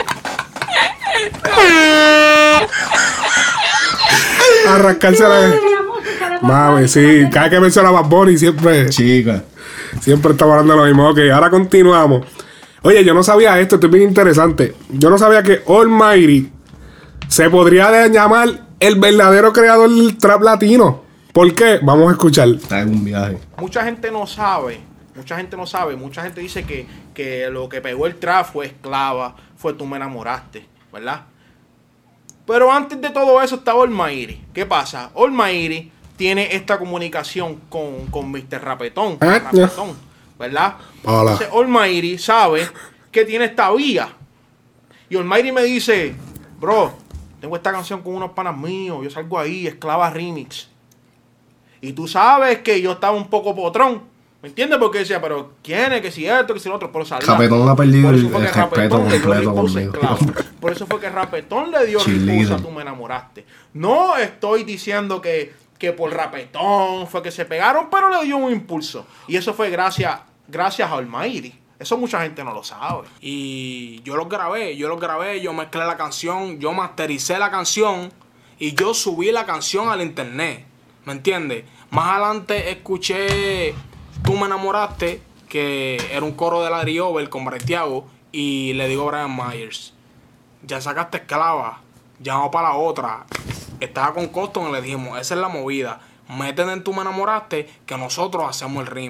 A rascarse la cara. Mami, sí. Cada que menciona a Bad Bunny siempre... Chica. Siempre estamos hablando de lo mismo. Ok, ahora continuamos. Oye, yo no sabía esto. Esto es bien interesante. Yo no sabía que Almighty se podría de- llamar el verdadero creador del trap latino. ¿Por qué? Vamos a escuchar. Está en un viaje. Mucha gente no sabe, mucha gente no sabe, mucha gente dice que, que lo que pegó el trap fue Esclava, fue Tú me enamoraste, ¿verdad? Pero antes de todo eso estaba Almighty. ¿Qué pasa? Almighty tiene esta comunicación con, con mister Rapetón, Ah, Rapetón, ¿verdad? Hola. Entonces Almighty sabe que tiene esta vía. Y Almighty me dice, bro, tengo esta canción con unos panas míos, yo salgo ahí, Esclava Remix. Y tú sabes que yo estaba un poco potrón. ¿Me entiendes? Porque decía, pero ¿quién es? Que si esto, que si lo otro. Pero salía. Rapetón ha perdido Por el, eso fue el que respeto Rapetón le dio completo reposo a conmigo. Esclava. Por eso fue que Rapetón le dio Cheerleader. reposo a Tú me enamoraste. No estoy diciendo que, que por Rapetón fue que se pegaron, pero le dio un impulso. Y eso fue gracias, gracias a Almighty. Eso mucha gente no lo sabe. Y yo lo grabé, yo lo grabé, yo mezclé la canción, yo mastericé la canción y yo subí la canción al internet. ¿Me entiendes? Más adelante escuché Tú me enamoraste, que era un coro de Larry Over con Bretiago, y le digo a Brian Myers, ya sacaste Esclava, ya vamos para la otra. Estaba con Coston y le dijimos, esa es la movida. Métete en Tú me enamoraste, que nosotros hacemos el remix.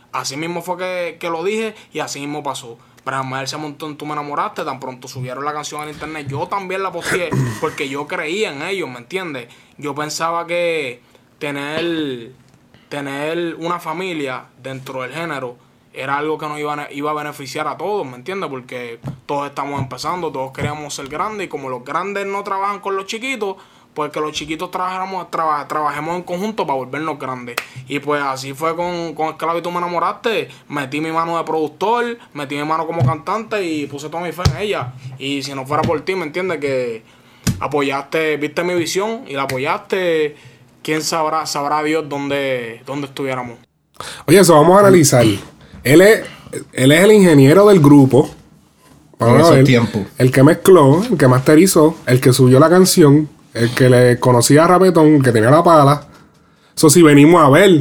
Así mismo fue que, que lo dije y así mismo pasó. Brian Mayer se montó en Tú Me Enamoraste, tan pronto subieron la canción al internet. Yo también la posteé porque yo creía en ellos, ¿me entiendes? Yo pensaba que tener, tener una familia dentro del género era algo que nos iba a, iba a beneficiar a todos, ¿me entiendes? Porque todos estamos empezando, todos queríamos ser grandes y como los grandes no trabajan con los chiquitos, pues que los chiquitos trabajamos, traba, trabajemos en conjunto para volvernos grandes. Y pues así fue con, con Esclava y Tú Me Enamoraste. Metí mi mano de productor, metí mi mano como cantante y puse toda mi fe en ella. Y si no fuera por ti, ¿me entiendes? Que apoyaste, viste mi visión y la apoyaste. ¿Quién sabrá, sabrá Dios dónde, dónde estuviéramos? Oye, eso vamos a analizar. Él es, él es el ingeniero del grupo. Vamos a ver. Tiempo. El que mezcló, el que masterizó, el que subió la canción, el que le conocía a Rapetón, el que tenía la pala. Eso si venimos a ver.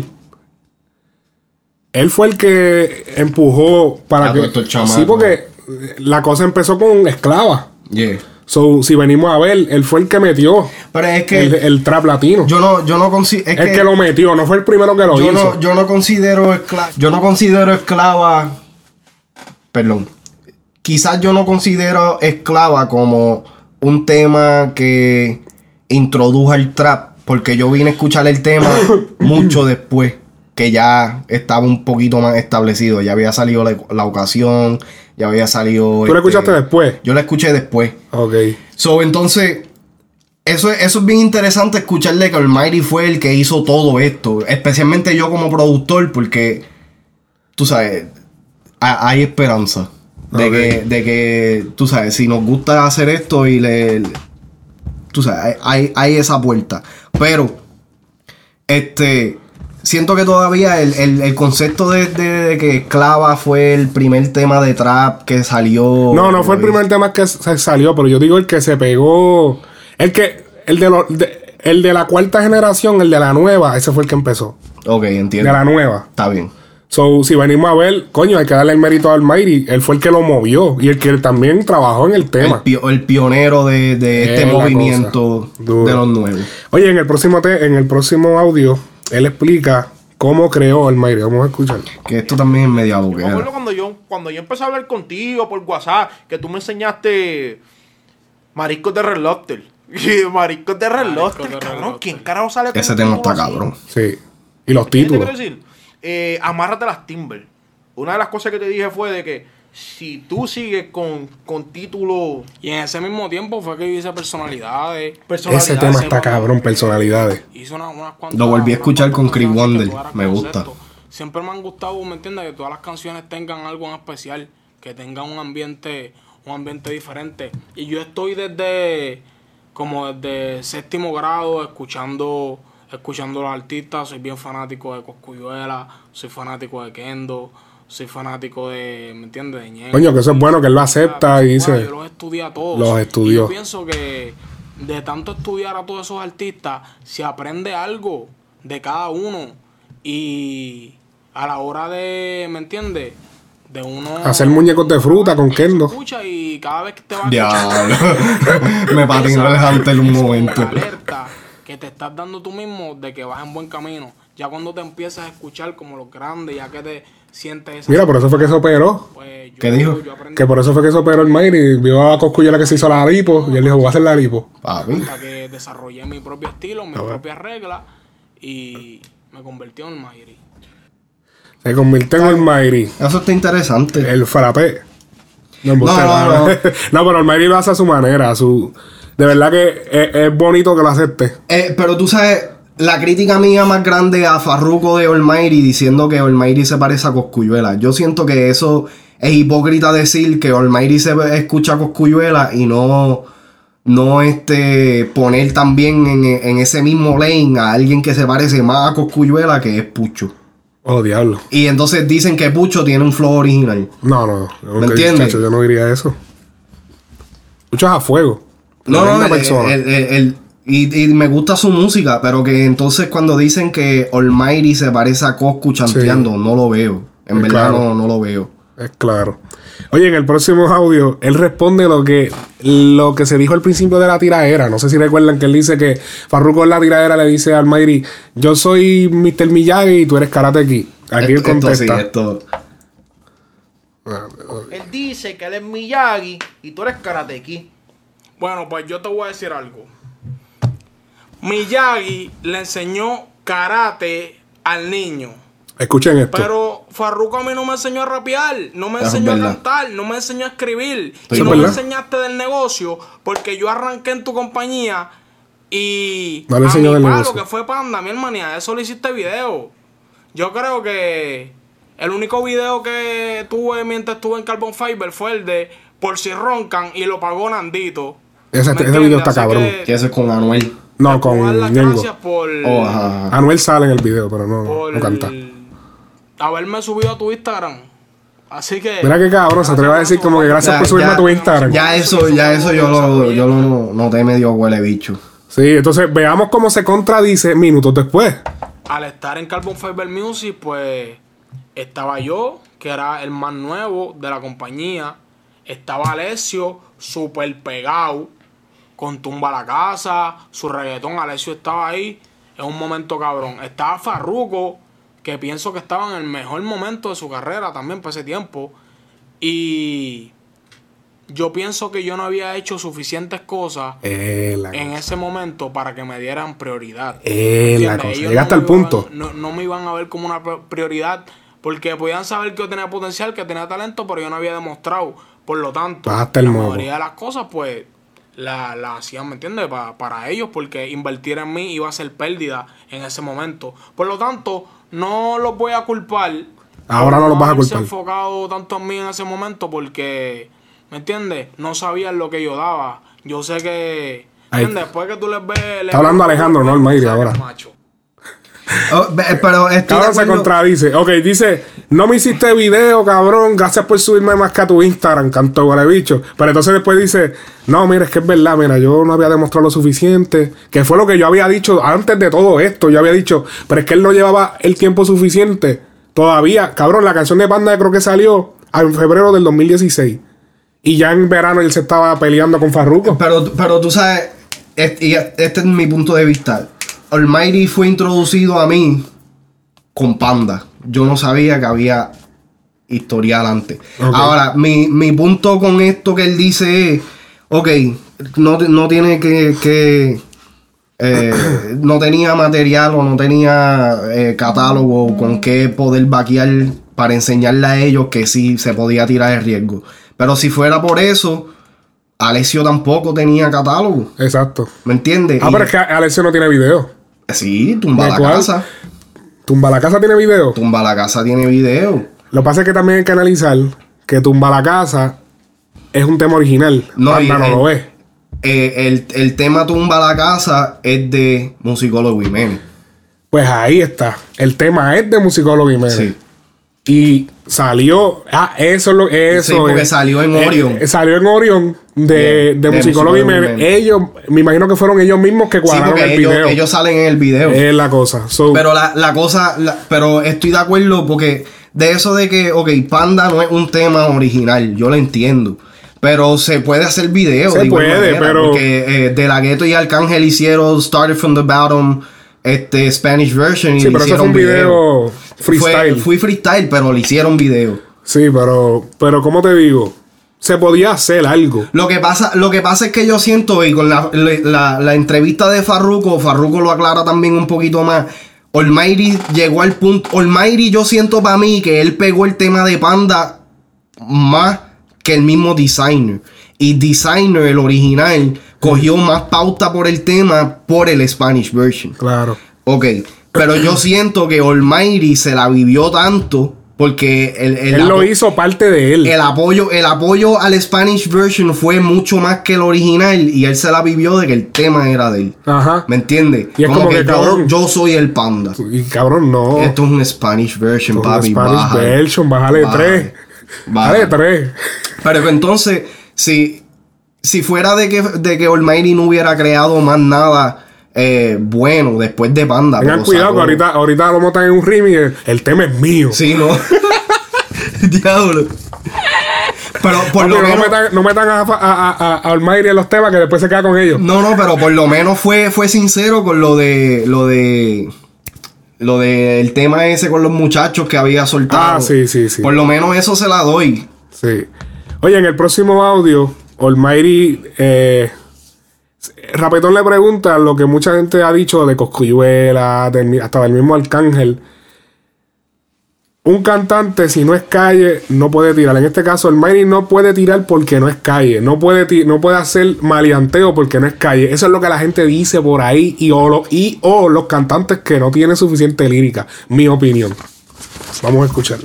Él fue el que empujó para que... Sí, porque la cosa empezó con Esclava. Yeah. So, si venimos a ver, él fue el que metió Pero es que el, el trap latino. Yo no, yo no considero. Es el que, que lo metió, no fue el primero que lo yo hizo. No, yo no considero esclava. Yo no considero esclava. Perdón. Quizás yo no considero Esclava como un tema que introdujo el trap. Porque yo vine a escuchar el tema mucho después. Que ya estaba un poquito más establecido. Ya había salido la, la ocasión. Ya había salido... ¿Tú lo este, escuchaste después? Yo lo escuché después. Ok. So, entonces... Eso, eso es bien interesante escucharle que Almighty fue el que hizo todo esto. Especialmente yo como productor. Porque... Tú sabes... Ha, hay esperanza. De, okay. que, de que... Tú sabes... Si nos gusta hacer esto y le... Tú sabes... Hay, hay esa puerta. Pero... Este... Siento que todavía el, el, el concepto de, de, de que Esclava fue el primer tema de trap que salió... No, no fue el primer tema que se salió, pero yo digo el que se pegó... El que... El de, lo, de, el de la cuarta generación, el de la nueva, ese fue el que empezó. Ok, entiendo. De la nueva. Está bien. So, si venimos a ver, coño, hay que darle el mérito a Almighty. Él fue el que lo movió y el que también trabajó en el tema. El, pio, el pionero de, de este movimiento de los nuevos. Oye, en el próximo te, en el próximo audio... Él explica cómo creó Almighty. Vamos a escuchar. Que esto también es media boquera. Yo me acuerdo cuando yo, cuando yo empecé a hablar contigo por WhatsApp, que tú me enseñaste Mariscos de Red Lobster. Mariscos de Red Lobster, cabrón. ¿Quién carajo sale con ese tema está cabrón? Sí. Y los títulos. ¿Qué te quiero decir? Eh, amárrate las Timber. Una de las cosas que te dije fue de que si tú sigues con, con títulos... Y en ese mismo tiempo fue que yo hice personalidades. personalidades ese tema está cabrón, personalidades. Hice una, unas cuantas, lo volví a escuchar con Chris Wonder. Me gusta. Siempre me han gustado, ¿me entiendes? Que todas las canciones tengan algo en especial. Que tengan un ambiente, un ambiente diferente. Y yo estoy desde... Como desde séptimo grado escuchando... Escuchando a los artistas. Soy bien fanático de Cosculluela. Soy fanático de Kendo. Soy fanático de, ¿me entiendes? De Ñengo. Coño, que eso es bueno, que él lo acepta y dice... Bueno, yo los estudié a todos. Los estudió. Y yo pienso que de tanto estudiar a todos esos artistas, se aprende algo de cada uno. Y a la hora de, ¿me entiendes? De uno... Hacer muñecos de fruta con Kendo. Escucha y cada vez que te vas Diablo. Me patinó el Hunter un momento. Alerta que te estás dando tú mismo de que vas en buen camino. Ya cuando te empiezas a escuchar como los grandes, ya que te... Esa Mira, por eso fue que se operó. Pues yo, ¿Qué dijo? Que por eso fue que se operó el Almighty. Vio a Cosculluela que se hizo la lipo. Y él dijo, voy a hacer la lipo. Papi. Hasta que desarrollé mi propio estilo, mis propias reglas. Y me convertí en Almighty. Se convirtió en Almighty. Eso está interesante. El frappé. No, no, no, no. no, pero Almighty lo hace a su manera. A su... De verdad que es, es bonito que lo acepte. Eh, pero tú sabes... La crítica mía más grande a Farruko de Almighty diciendo que Almighty se parece a Cosculluela. Yo siento que eso es hipócrita decir que Almighty se escucha a Cosculluela y no, no este, poner también en, en ese mismo lane a alguien que se parece más a Cosculluela que es Pucho. Oh, diablo. Y entonces dicen que Pucho tiene un flow original. No, no. ¿Me entiendes? Yo no diría eso. Pucho es a fuego. No, no, el, persona. el, el, el Y, y me gusta su música, pero que entonces cuando dicen que Almighty se parece a Coscu chanteando, sí. No lo veo. En es verdad claro. no, no lo veo. Es claro. Oye, en el próximo audio, él responde lo que lo que se dijo al principio de la tiraera. No sé si recuerdan que él dice que Farruko en la tiraera le dice a Almighty, yo soy mister Miyagi y tú eres Karate Kid. Aquí él contesta. Esto, sí, esto. Él dice que él es Miyagi y tú eres Karate Kid. Bueno, pues yo te voy a decir algo. Miyagi le enseñó karate al niño. Escuchen esto. Pero Farruko a mí no me enseñó a rapear, no me enseñó a cantar, no me enseñó a escribir. Sí, y no ¿verdad? me enseñaste del negocio porque yo arranqué en tu compañía y no le a enseñó mi del palo, negocio. que fue Panda, mi hermanía, eso le hiciste video. Yo creo que el único video que tuve mientras estuve en Carbon Fiber fue el de Por si roncan y lo pagó Nandito. Ese, ese video está Así cabrón. que- que eso es con Anuel. No, con las Ñengo. gracias por, Oh, ajá, ajá. Anuel sale en el video, pero no, por no canta. haberme subido a tu Instagram. Así que Mira que cabrón, se atreve a decir como que gracias Ya, por subirme ya, a tu Instagram. Ya eso, ya eso yo lo, yo lo noté medio huele bicho. Sí, entonces veamos cómo se contradice minutos después. al estar en Carbon Fiber Music, pues estaba yo, que era el más nuevo de la compañía. Estaba Alessio, súper pegado, con Tumba la Casa, su reggaetón. Alessio estaba ahí en un momento cabrón. Estaba Farruko, que pienso que estaba en el mejor momento de su carrera también para ese tiempo. Y yo pienso que yo no había hecho suficientes cosas Eh, la en cosa. ese momento para que me dieran prioridad. Eh, la ¿Entiendes? cosa. Ellos Llegaste no al me iban- punto. No, no me iban a ver como una pri- prioridad porque podían saber que yo tenía potencial, que tenía talento, pero yo no había demostrado. Por lo tanto, Bajaste el la moco. mayoría de las cosas, pues, la, la hacían, ¿me entiendes? Pa- para ellos, porque invertir en mí iba a ser pérdida en ese momento. Por lo tanto, no los voy a culpar. Ahora no los vas a haberse culpar. enfocado tanto en mí en ese momento porque, ¿me entiendes? No sabían lo que yo daba. Yo sé que, Ahí. ¿entiendes? Después que tú les ves... les Está hablando ves- Alejandro, no Almayri, sabes, ahora. macho. Oh, be- pero estoy de Cabrón se acuerdo. contradice. Ok, dice, no me hiciste video, cabrón. Gracias por subirme más que a tu Instagram, canto huele bicho. Pero entonces después dice, no, mira, es que es verdad, mira, yo no había demostrado lo suficiente. Que fue lo que yo había dicho antes de todo esto. Yo había dicho, pero es que él no llevaba el tiempo suficiente. Todavía, cabrón, la canción de Panda creo que salió en febrero del dos mil dieciséis. Y ya en verano él se estaba peleando con Farruko. Pero, pero tú sabes, este, y este es mi punto de vista. Almighty fue introducido a mí con Panda. Yo no sabía que había historial antes. Ok. Ahora, mi, mi punto con esto que él dice es, ok, no, no tiene que... que eh, no tenía material o no tenía eh, catálogo con qué poder vaquear para enseñarle a ellos que sí se podía tirar el riesgo. Pero si fuera por eso, Alessio tampoco tenía catálogo. Exacto. ¿Me entiendes? Ah, Y- pero es que Alessio no tiene video. Sí, Tumba ¿De la cuál? Casa. Tumba la Casa tiene video. Tumba la Casa tiene video. Lo que pasa es que también hay que analizar que Tumba la Casa es un tema original. No, Panda y- no el- lo es. Eh, el, el tema Tumba la Casa es de Musicólogo Jiménez. Pues ahí está. El tema es de Musicólogo Jiménez. Sí. Y salió. Ah, eso es lo eso Sí, porque es. salió en Eh, Orion. eh, salió en Orion de, De- de, de Musicólogo Musicólogo Jiménez. Jiménez. Ellos, me imagino que fueron ellos mismos que Sí, cuadraron porque el ellos, video. ellos salen en el video. Es la cosa. So, Pero la, la cosa, la- pero estoy de acuerdo porque de eso de que, ok, Panda no es un tema original, yo lo entiendo. Pero se puede hacer video. Se de igual puede, manera, pero- Porque eh, De La Ghetto y Arcángel hicieron Started from the Bottom, este, Spanish version. Y sí, le pero eso fue hicieron un video freestyle. Fue, fui freestyle, pero le hicieron video. Sí, pero, pero ¿cómo te digo? Se podía hacer algo. Lo que pasa, lo que pasa es que yo siento, y con la, la, la entrevista de Farruko, Farruko lo aclara también un poquito más. Almighty llegó al punto. Almighty, yo siento para mí que él pegó el tema de Panda más que el mismo Designer. Y Designer, el original, cogió más pauta por el tema por el Spanish version. Claro. Ok, pero yo siento que Almighty se la vivió tanto porque el, el Él lo apo- hizo parte de él. el apoyo, el apoyo al Spanish version fue mucho más que el original y él se la vivió de que el tema era de él. Ajá. ¿Me entiendes? Y es como que, yo, cabrón. yo soy el Panda. Y cabrón, no. Esto es un Spanish version, Esto es papi. un Spanish baja. version, bájale Baja. tres. Baja. Bájale tres. Pero que entonces, si, si fuera de que, de que Almighty no hubiera creado más nada eh, bueno después de Panda. Tengan pero cuidado sacó- que ahorita, ahorita lo montan en un remix. El, el tema es mío. Sí, no. Diablo. Pero por Papi, lo no menos. metan, no metan a, a, a, a Almighty en los temas que después se queda con ellos. No, no, pero por lo menos fue, fue sincero con lo de. Lo de. Lo del tema ese con los muchachos que había soltado. Ah, sí, sí, sí. Por lo menos eso se la doy. Sí. Oye, en el próximo audio, Almighty, eh, Rapetón le pregunta lo que mucha gente ha dicho de Cosculluela, del, hasta del mismo Arcángel. Un cantante, si no es calle, no puede tirar. En este caso, Almighty no puede tirar porque no es calle. No puede, ti- no puede hacer maleanteo porque no es calle. Eso es lo que la gente dice por ahí. Y o, lo, y, o los cantantes que no tienen suficiente lírica. Mi opinión. Vamos a escucharlo.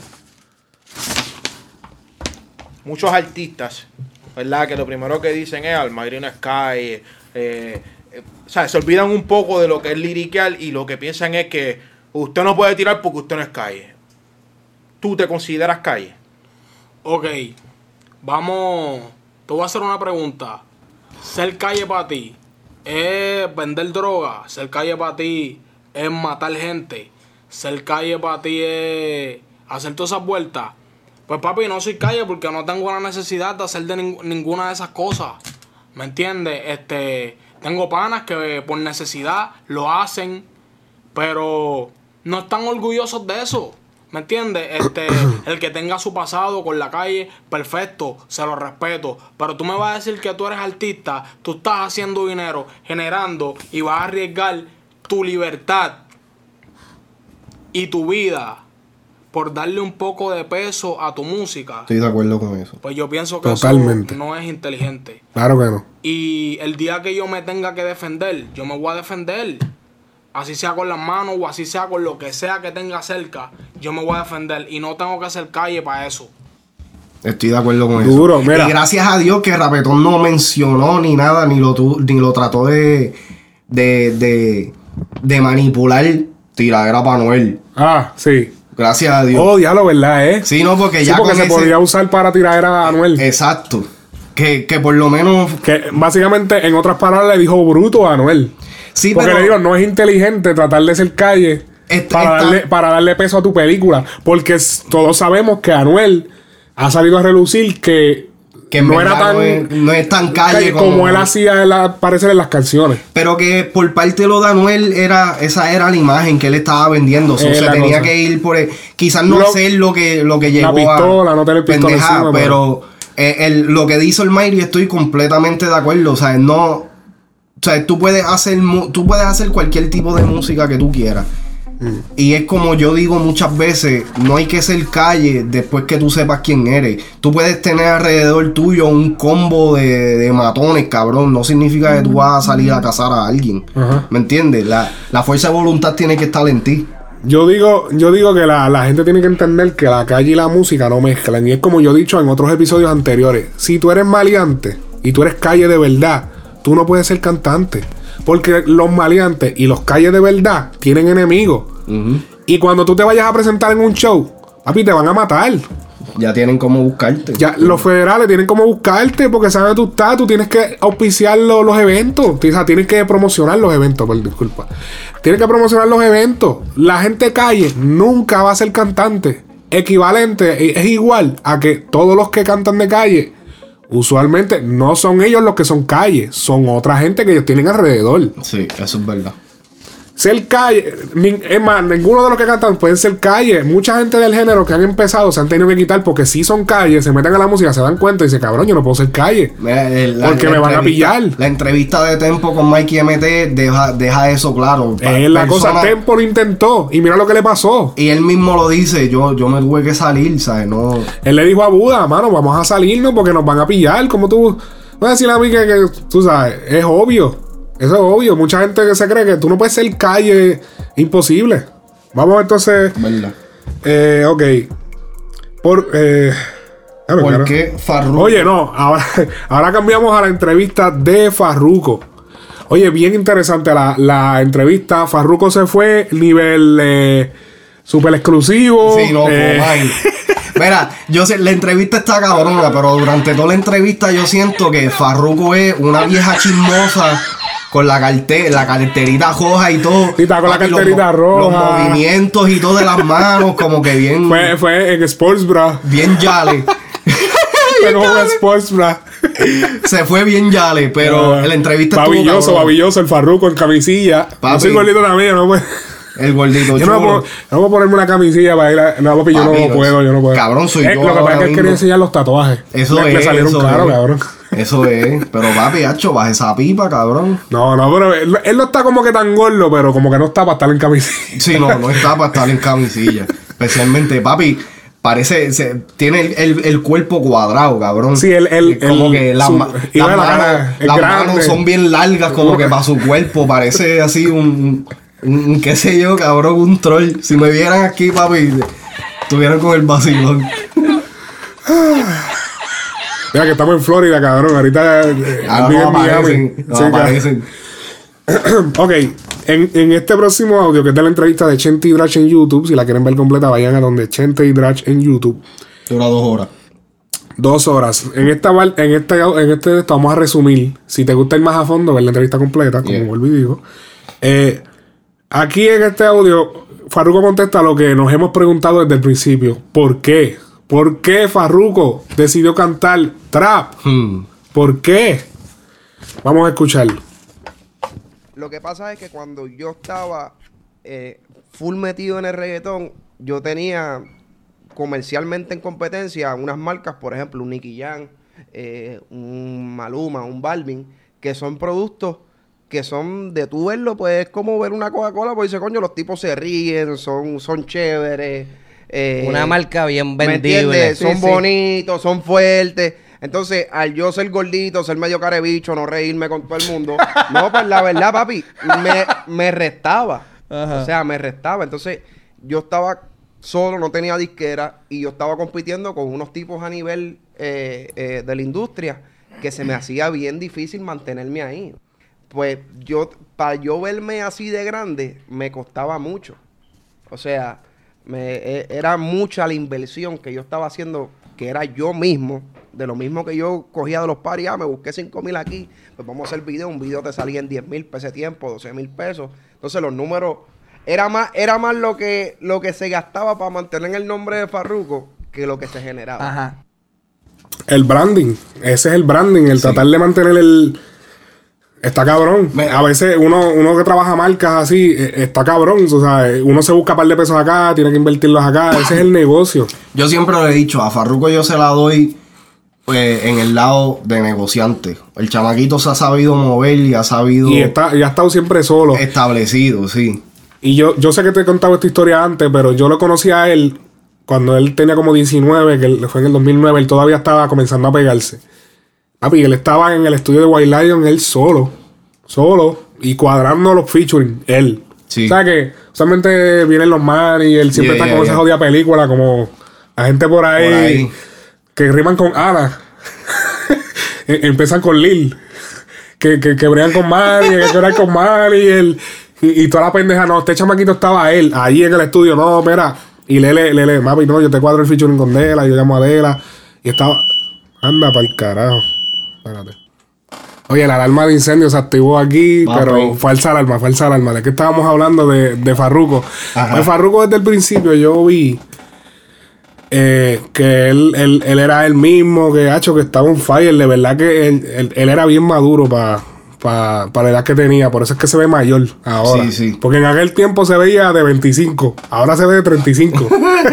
Muchos artistas, ¿verdad? Que lo primero que dicen es Almighty no es calle. Eh, eh, o sea, se olvidan un poco de lo que es lirical y lo que piensan es que usted no puede tirar porque usted no es calle. ¿Tú te consideras calle? Ok, vamos, te voy a hacer una pregunta. ¿Ser calle para ti es vender droga? ¿Ser calle para ti es matar gente? ¿Ser calle para ti es hacer todas esas vueltas? Pues papi, no soy calle porque no tengo la necesidad de hacer de ning- ninguna de esas cosas. ¿Me entiendes? Este, tengo panas que por necesidad lo hacen, pero no están orgullosos de eso. ¿Me entiendes? Este, el que tenga su pasado con la calle, perfecto, se lo respeto. Pero tú me vas a decir que tú eres artista, tú estás haciendo dinero, generando y vas a arriesgar tu libertad y tu vida por darle un poco de peso a tu música. Estoy de acuerdo con eso. Pues yo pienso que Totalmente. eso no es inteligente. Claro que no. Y el día que yo me tenga que defender, yo me voy a defender. Así sea con las manos o así sea con lo que sea que tenga cerca, yo me voy a defender y no tengo que hacer calle para eso. Estoy de acuerdo con Duro, eso. mira. Y gracias a Dios que Rapetón no mencionó ni nada, ni lo, tu, ni lo trató de, de, de, de manipular tiradera para Noel. Ah, sí. Gracias a Dios. Oh, diablo, ¿verdad, eh? Sí, no, porque Sí, ya porque con se ese- podría usar para tirar a Anuel. Exacto. Que, que por lo menos... Que básicamente, en otras palabras, le dijo bruto a Anuel. Sí, porque pero- le digo, no es inteligente tratar de ser calle Est- para, está- darle, para darle peso a tu película. Porque s- todos sabemos que Anuel ha salido a relucir que, Que en no verdad era tan, no es- no es tan calle como, como- él hacía el- aparecer en las canciones. Pero que por parte de lo de Anuel, era, esa era la imagen que él estaba vendiendo. So, Es se la tenía cosa. que ir por... el- quizás no Lo- hacer lo que, lo que llegó La pistola, a... no tener pistola pendeja, encima, pero... eh, el- lo que dice Almighty estoy completamente de acuerdo. O sea, no... O sea, tú puedes hacer mu- tú puedes hacer cualquier tipo de música que tú quieras. Mm. Y es como yo digo muchas veces, no hay que ser calle después que tú sepas quién eres. Tú puedes tener alrededor tuyo un combo de, de matones, cabrón. No significa que tú vas a salir a cazar a alguien. Ajá. ¿Me entiendes? La, la fuerza de voluntad tiene que estar en ti. Yo digo, yo digo que la, la gente tiene que entender que la calle y la música no mezclan. Y es como yo he dicho en otros episodios anteriores. Si tú eres maleante y tú eres calle de verdad, tú no puedes ser cantante. Porque los maleantes y los calles de verdad tienen enemigos. Y cuando tú te vayas a presentar en un show, papi, te van a matar. Ya tienen cómo buscarte. Ya, los federales tienen como buscarte porque saben que tú estás, tú tienes que auspiciar lo- los eventos, o sea, tienes que promocionar los eventos, por disculpa. Tienes que promocionar los eventos. La gente calle nunca va a ser cantante. Equivalente, e- es igual a que todos los que cantan de calle, usualmente no son ellos los que son calle, son otra gente que ellos tienen alrededor. Sí, eso es verdad. Ser calle, nin- es más, ninguno de los que cantan pueden ser calle. Mucha gente del género que han empezado se han tenido que quitar porque si son calle, se meten a la música, se dan cuenta y dicen, cabrón, yo no puedo ser calle. Mira, el- la- Porque la me van a entrevista- pillar. La entrevista de Tempo con Mikey M T deja, deja eso claro. Es la cosa, Persona- Tempo lo intentó y mira lo que le pasó. Y él mismo lo dice, yo, yo me tuve que salir, ¿sabes? No... Él le dijo a Buda, mano, vamos a salirnos porque nos van a pillar. Como tú vas a decir a mí que, que, tú sabes, es obvio. Eso es obvio. Mucha gente que se cree que tú no puedes ser calle. Imposible. Vamos entonces. ¿Verdad? Eh, ok. Por. Eh, a ver, ¿Por cara. qué Farruko? Oye, no. Ahora, ahora cambiamos a la entrevista de Farruko. Oye, bien interesante la, la entrevista. Farruko se fue nivel eh, super exclusivo. Sí, no, eh, coman. Mira, yo sé, la entrevista está cabrona, pero durante toda la entrevista yo siento que Farruko es una vieja chismosa con la carte, la carterita roja y todo. Sí, está con la Papi, los carterita mo- roja. Los movimientos y todo de las manos, como que bien. Fue, fue en Sports Bra. Bien yale. Fue como en Sports Bra. Se fue bien yale, pero Ah, la entrevista estuvo babilloso, cabrona. babilloso, el Farruko en camisilla. Papi. No soy gordito también, ¿no? Pues. El gordito yo chulo. no puedo, no puedo ponerme una camisilla para ir a... No, papi, yo Papi, no puedo, yo no puedo. Cabrón, soy eh, yo. Lo que pasa es que él mismo. quería enseñar los tatuajes. Eso me, es. Me salieron eso caros, es. cabrón. Eso es. Pero papi, hacho, baja esa pipa, cabrón. No, no, pero él, él no está como que tan gordo, pero como que no está para estar en camisilla. Sí, no, no está para estar en camisilla. Especialmente, papi, parece, se, tiene el, el, el cuerpo cuadrado, cabrón. Sí, él, él, como él, que las, su, ma y las, la manos, cara, las grande. manos son bien largas, como que para su cuerpo. Parece así un, un, un, qué sé yo, cabrón, un troll. Si me vieran aquí, papi, estuvieran con el vacilón. Mira que estamos en Florida, cabrón. Ahorita eh, Ah, vive no en Miami. aparecen, no Sí, aparecen. Ok, en, en este próximo audio, que es de la entrevista de Chente y Drach en YouTube, si la quieren ver completa, vayan a donde Chente y Drach en YouTube. Dura dos horas. Dos horas. En esta val- en este en este esto vamos a resumir. Si te gusta ir más a fondo, ver la entrevista completa, como Yeah. vuelvo y digo. Eh, aquí en este audio, Farruko contesta lo que nos hemos preguntado desde el principio. ¿Por qué? ¿Por qué Farruko decidió cantar trap? Hmm. ¿Por qué? Vamos a escucharlo. Lo que pasa es que cuando yo estaba eh, full metido en el reggaetón, yo tenía comercialmente en competencia unas marcas, por ejemplo, un Nicky Jam, eh, un Maluma, un Balvin, que son productos que son de tú verlo, pues es como ver una Coca-Cola, porque dice, coño, los tipos se ríen, son, son chéveres. Eh, Una marca bien ¿me vendible. entiendes? Sí, Son sí. bonitos, son fuertes. Entonces, al yo ser gordito, ser medio carebicho, no reírme con todo el mundo, no, pues la verdad, papi, me, me restaba. Ajá. O sea, me restaba. Entonces, yo estaba solo, no tenía disquera, y yo estaba compitiendo con unos tipos a nivel eh, eh, de la industria que se me hacía bien difícil mantenerme ahí. Pues yo, para yo verme así de grande, me costaba mucho. O sea, me, e- era mucha la inversión que yo estaba haciendo, que era yo mismo, de lo mismo que yo cogía de los paris, ah, me busqué cinco mil aquí, pues vamos a hacer video, un video te salía en diez mil pesos ese tiempo, doce mil pesos. Entonces los números, era más, era más lo que, lo que se gastaba para mantener el nombre de Farruko que lo que se generaba. Ajá. El branding. Ese es el branding. El tratar de mantener el... Está cabrón. A veces uno, uno que trabaja marcas así, eh, está cabrón. O sea, uno se busca un par de pesos acá, tiene que invertirlos acá. Ese es el negocio. Yo siempre lo he dicho, a Farruko yo se la doy pues, en el lado de negociante. El chamaquito se ha sabido mover y ha sabido... Y, está, y ha estado siempre solo. Establecido, sí. Y yo, yo sé que te he contado esta historia antes, pero yo lo conocí a él cuando él tenía como diecinueve, que él- fue en el dos mil nueve, él todavía estaba comenzando a pegarse. Papi, él estaba en el estudio de White Lion, él solo, solo, y cuadrando los featuring, él. Sí. O sea que usualmente vienen los man y él siempre Yeah, está yeah, con yeah. esa jodida película, como la gente por ahí, Por ahí. que riman con Ana. Em- Empiezan con Lil. Que, que, que bregan con Manny, que bregan con Manny y, el, y, y toda la pendeja. No, este chamaquito estaba él, ahí en el estudio. No, mira. Y Lele, Lele, mapi, no, yo te cuadro el featuring con Dela, yo llamo a Dela. Y estaba... Anda pa'l carajo. Espérate. Oye, la alarma de incendio se activó aquí, Papi. pero falsa alarma, falsa alarma. ¿De qué estábamos hablando? De, de Farruko. Ajá. Pues Farruko desde el principio yo vi eh, que él, él, él era el mismo, que hacho, que estaba un fire. De verdad que él, él, él era bien maduro para pa, pa la edad que tenía. Por eso es que se ve mayor ahora. Sí, sí. Porque en aquel tiempo se veía de veinticinco. Ahora se ve de treinta y cinco.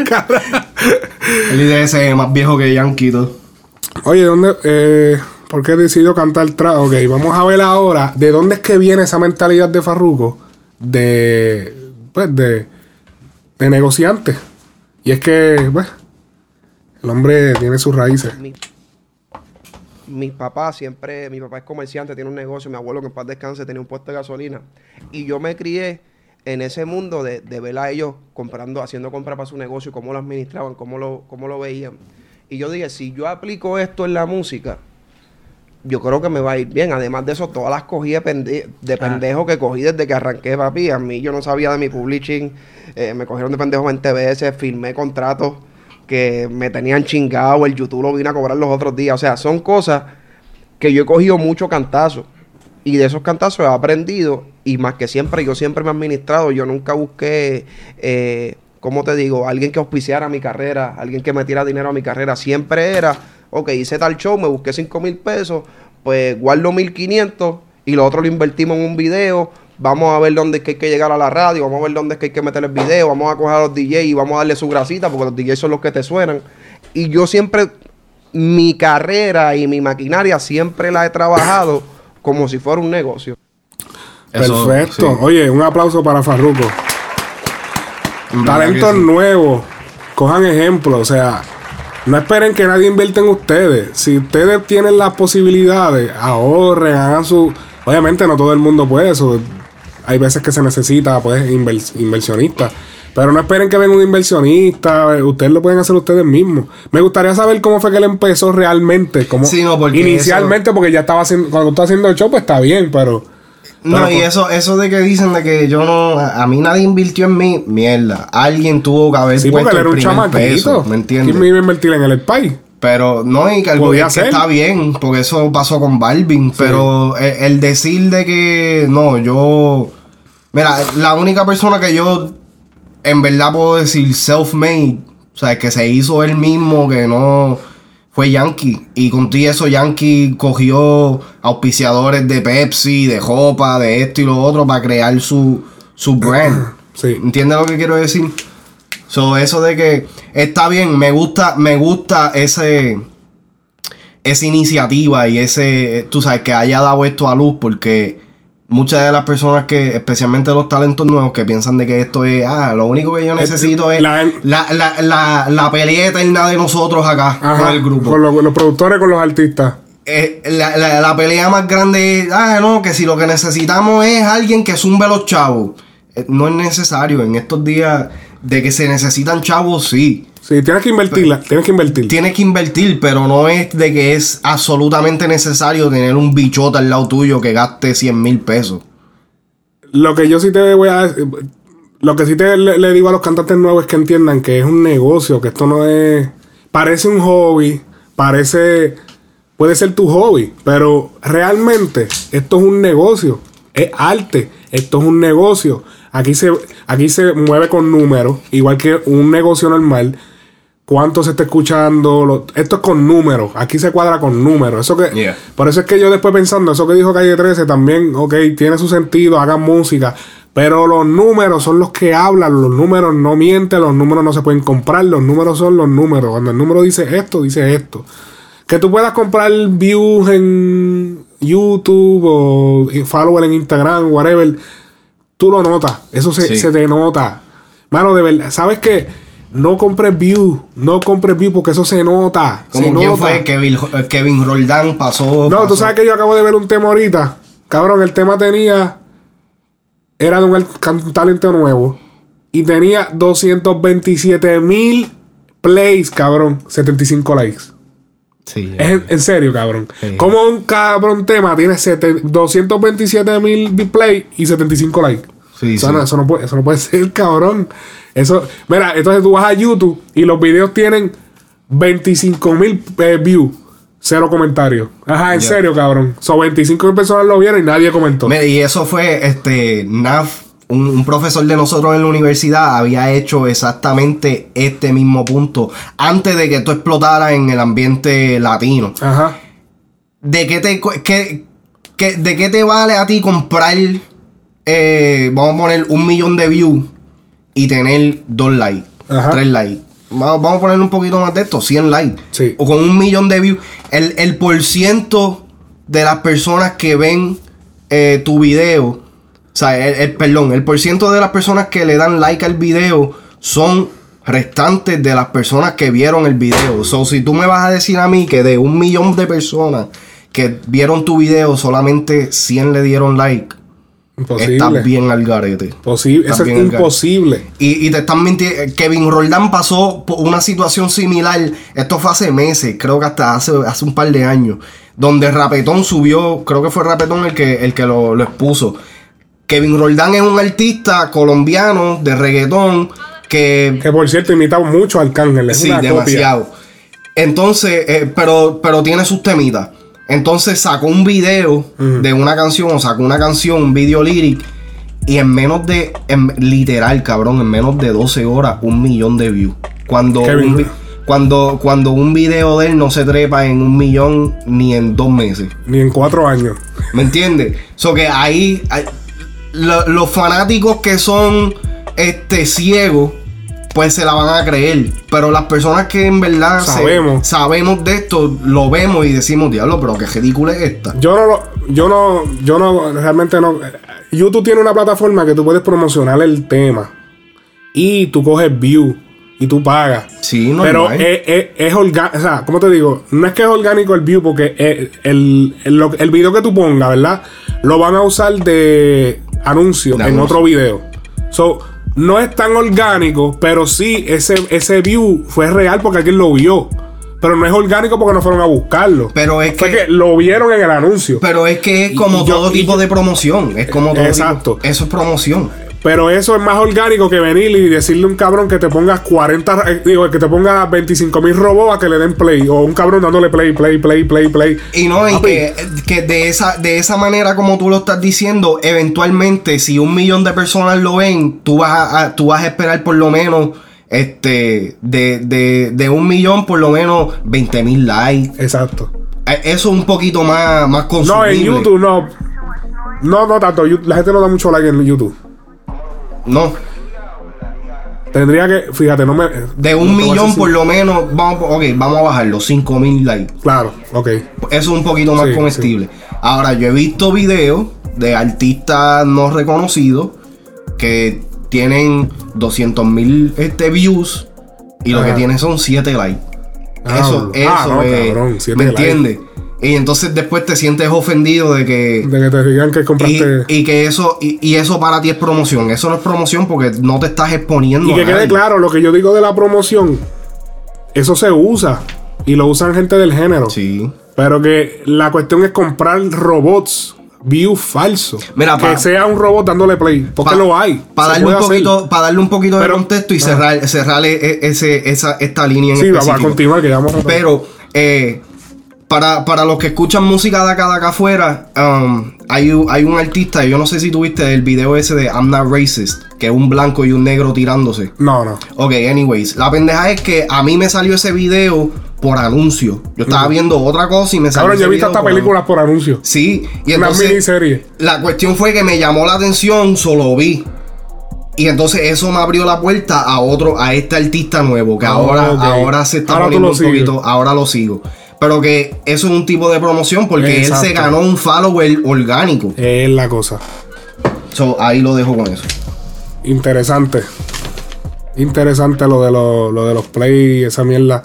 Él debe ser más viejo que Yankee, todo. Oye, ¿dónde, eh, ¿por qué decidió cantar trap? Ok, vamos a ver ahora de dónde es que viene esa mentalidad de Farruko de, pues, de, de negociante. Y es que, pues, el hombre tiene sus raíces. Mi, mis papás siempre, mi papá es comerciante, tiene un negocio, mi abuelo que en paz descanse tenía un puesto de gasolina. Y yo me crié en ese mundo de, de ver a ellos comprando, haciendo compras para su negocio, cómo lo administraban, cómo lo, cómo lo veían. Y yo dije, si yo aplico esto en la música, yo creo que me va a ir bien. Además de eso, todas las cogí de, pende de pendejo que cogí desde que arranqué, papi. A mí yo no sabía de mi publishing. Eh, me cogieron de pendejo veinte veces. Firmé contratos que me tenían chingado. El YouTube lo vine a cobrar los otros días. O sea, son cosas que yo he cogido mucho cantazo. Y de esos cantazos he aprendido. Y más que siempre, yo siempre me he administrado. Yo nunca busqué... Eh, ¿cómo te digo? Alguien que auspiciara mi carrera, alguien que metiera dinero a mi carrera. Siempre era, ok, hice tal show, me busqué cinco mil pesos, pues guardo mil quinientos y lo otro lo invertimos en un video vamos a ver dónde es que hay que llegar a la radio, vamos a ver dónde es que hay que meter el video, vamos a coger a los D Js y vamos a darle su grasita, porque los D Js son los que te suenan. Y yo siempre, mi carrera y mi maquinaria siempre la he trabajado como si fuera un negocio. Perfecto. Eso, sí. Oye, un aplauso para Farruko. Talentos sí. nuevos. Cojan ejemplos. O sea, no esperen que nadie invierta en ustedes. Si ustedes tienen las posibilidades, ahorren, hagan su... Obviamente no todo el mundo puede eso. Hay veces que se necesita, pues, invers- inversionistas. Pero no esperen que venga un inversionista. Ustedes lo pueden hacer ustedes mismos. Me gustaría saber cómo fue que él empezó realmente. Cómo sí, no, porque inicialmente, eso... porque ya estaba haciendo... Cuando está haciendo el show, pues está bien, pero... No, pero, y pues, eso eso de que dicen de que yo no... A, a mí nadie invirtió en mí. Mierda. Alguien tuvo que haber sí, puesto porque él era el un primer chamaquito. peso. ¿Me entiendes? ¿Quién me iba a invertir en el país? Pero no, y que, algo, es que está bien, porque eso pasó con Balvin. Sí. Pero el, el decir de que no, yo. Mira, la única persona que yo en verdad puedo decir self-made, o sea, que se hizo él mismo, que no. Fue Yankee. Y con todo eso, Yankee cogió auspiciadores de Pepsi, de Jopa, de esto y lo otro para crear su, su brand. Sí. ¿Entiendes lo que quiero decir? So, eso de que está bien, me gusta, me gusta ese esa iniciativa y ese, tú sabes, que haya dado esto a luz, porque muchas de las personas que, especialmente los talentos nuevos, que piensan de que esto es, ah, lo único que yo necesito es la, la, la, la, la pelea eterna de nosotros acá. Ajá, con el grupo. Con, lo, con los productores, con los artistas. Eh, la, la, la pelea más grande es, ah, no, que si lo que necesitamos es alguien que zumbe los chavos. Eh, no es necesario. En estos días de que se necesitan chavos, sí. Sí, tienes que invertirla, tienes que invertir. Tienes que invertir, pero no es de que es absolutamente necesario tener un bichote al lado tuyo que gaste cien mil pesos. Lo que yo sí te voy a decir, lo que sí te le, le digo a los cantantes nuevos es que entiendan que es un negocio, que esto no es... Parece un hobby, parece... Puede ser tu hobby, pero realmente esto es un negocio. Es arte, esto es un negocio. Aquí se, aquí se mueve con números, igual que un negocio normal. ¿Cuánto se está escuchando? Lo, esto es con números. Aquí se cuadra con números. Eso que, yeah. Por eso es que yo después pensando, eso que dijo Calle trece también, ok, tiene su sentido, hagan música. Pero los números son los que hablan. Los números no mienten, los números no se pueden comprar. Los números son los números. Cuando el número dice esto, dice esto. Que tú puedas comprar views en YouTube o follower en Instagram, whatever. Tú lo notas. Eso se, sí. se te nota. Mano, de verdad. ¿Sabes qué? No compres views. No compres views porque eso se nota. ¿Cómo se quién nota. fue? Kevin, Kevin Roldán pasó. No, pasó. Tú sabes que yo acabo de ver un tema ahorita. Cabrón, el tema tenía... Era de un, un talento nuevo. Y tenía doscientos veintisiete mil plays, cabrón. setenta y cinco likes. Sí, es en, en serio, cabrón. Sí. Como un cabrón tema tiene doscientos veintisiete mil plays y setenta y cinco likes. Sí, eso, sí. No, eso, no puede, eso no puede ser, cabrón. Eso, mira, entonces tú vas a YouTube y los videos tienen veinticinco mil eh, views. Cero comentarios. Ajá, en yeah. serio, cabrón. Son veinticinco mil personas lo vieron y nadie comentó. Mira, y eso fue este Naf. Un, un profesor de nosotros en la universidad había hecho exactamente este mismo punto antes de que esto explotara en el ambiente latino. Ajá. ¿De qué te, qué, qué, de qué te vale a ti comprar, eh, vamos a poner un millón de views y tener dos likes, Ajá. tres likes? Vamos, vamos a poner un poquito más de esto, cien likes. Sí. O con un millón de views. El, el por ciento de las personas que ven eh, tu video... O sea, el, el, perdón, el porciento de las personas que le dan like al video son restantes de las personas que vieron el video. So, si tú me vas a decir a mí que de un millón de personas que vieron tu video, solamente cien le dieron like, imposible. Estás bien al garete. Posible. Eso es imposible. Y, y te están mintiendo. Kevin Roldán pasó por una situación similar. Esto fue hace meses, creo que hasta hace, hace un par de años, donde Rapetón subió, creo que fue Rapetón el que, el que lo, lo expuso. Kevin Roldán es un artista colombiano de reggaetón que... Que por cierto imita mucho a Arcángel. Es sí, una demasiado. Copia. Entonces, eh, pero, pero tiene sus temitas. Entonces sacó un video uh-huh. de una canción, o sacó una canción, un video lyric. Y en menos de, en, literal, cabrón, en menos de doce horas, un millón de views. Cuando un, cuando, cuando un video de él no se trepa en un millón ni en dos meses. Ni en cuatro años. ¿Me entiendes? So que ahí... ahí lo, los fanáticos que son este ciegos, pues se la van a creer. Pero las personas que en verdad sabemos, se, sabemos de esto, lo vemos y decimos, diablo, pero qué ridícula es esta. Yo no lo, yo no, yo no, realmente no. YouTube tiene una plataforma que tú puedes promocionar el tema y tú coges view y tú pagas. Sí, no. Pero es, es, es orgánico, o sea, ¿cómo te digo? No es que es orgánico el view, porque el, el, el, el video que tú pongas, ¿verdad? Lo van a usar de anuncio de en anuncio. Otro video. So, no es tan orgánico, pero sí, ese, ese view fue real porque alguien lo vio. Pero no es orgánico porque no fueron a buscarlo. Pero es fue que, que lo vieron en el anuncio. Pero es que es como y, todo yo, tipo yo, de promoción. Es como todo exacto. Tipo, eso es promoción. Pero eso es más orgánico que venir y decirle a un cabrón que te pongas cuarenta, digo, que te ponga veinticinco mil robots a que le den play. O un cabrón dándole play, play, play, play, play. Y no, y que, que de esa, de esa manera como tú lo estás diciendo, eventualmente, si un millón de personas lo ven, tú vas a, tú vas a esperar por lo menos, este, de, de, de un millón, por lo menos veinte mil likes. Exacto. Eso es un poquito más, más consumible. No, en YouTube no. No, no tanto. La gente no da mucho like en YouTube. No. Tendría que, fíjate, no me. De un no millón por lo menos, vamos, okay, vamos a bajarlo, cinco mil likes. Claro, ok. Eso es un poquito más sí, comestible. Sí. Ahora, yo he visto videos de artistas no reconocidos que tienen doscientos mil este, views y Ajá. lo que tienen son siete likes. Ah, eso, eso ah, no, es. Cabrón, ¿me entiendes? Y entonces después te sientes ofendido de que... De que te digan que compraste... Y, y que eso... Y, y eso para ti es promoción. Eso no es promoción porque no te estás exponiendo. Y que quede claro, lo que yo digo de la promoción, eso se usa. Y lo usan gente del género. Sí. Pero que la cuestión es comprar robots, views falsos. Mira, que pa, sea un robot dándole play. Porque pa, lo hay. Para darle, un poquito, para darle un poquito Pero, de contexto y ah. cerrar, cerrar ese, esa, esta línea en sí, específico. Sí, va a continuar que ya vamos a tratar. Pero... Eh, Para, para los que escuchan música de acá, de acá afuera, um, hay, hay un artista, yo no sé si tuviste el video ese de I'm Not Racist, que es un blanco y un negro tirándose. No, no. Ok, anyways, la pendeja es que a mí me salió ese video por anuncio. Yo estaba mm. viendo otra cosa y me salió. Ahora ese yo he visto video esta película por anuncio. Sí, y una entonces miniserie. La cuestión fue que me llamó la atención, solo vi. Y entonces eso me abrió la puerta a otro, a este artista nuevo, que oh, ahora, okay. ahora se está ahora poniendo un sigues. poquito, ahora lo sigo. Pero que eso es un tipo de promoción porque Exacto. él se ganó un follower orgánico. Es la cosa. So, ahí lo dejo con eso. Interesante. Interesante lo de, lo, lo de los play y esa mierda.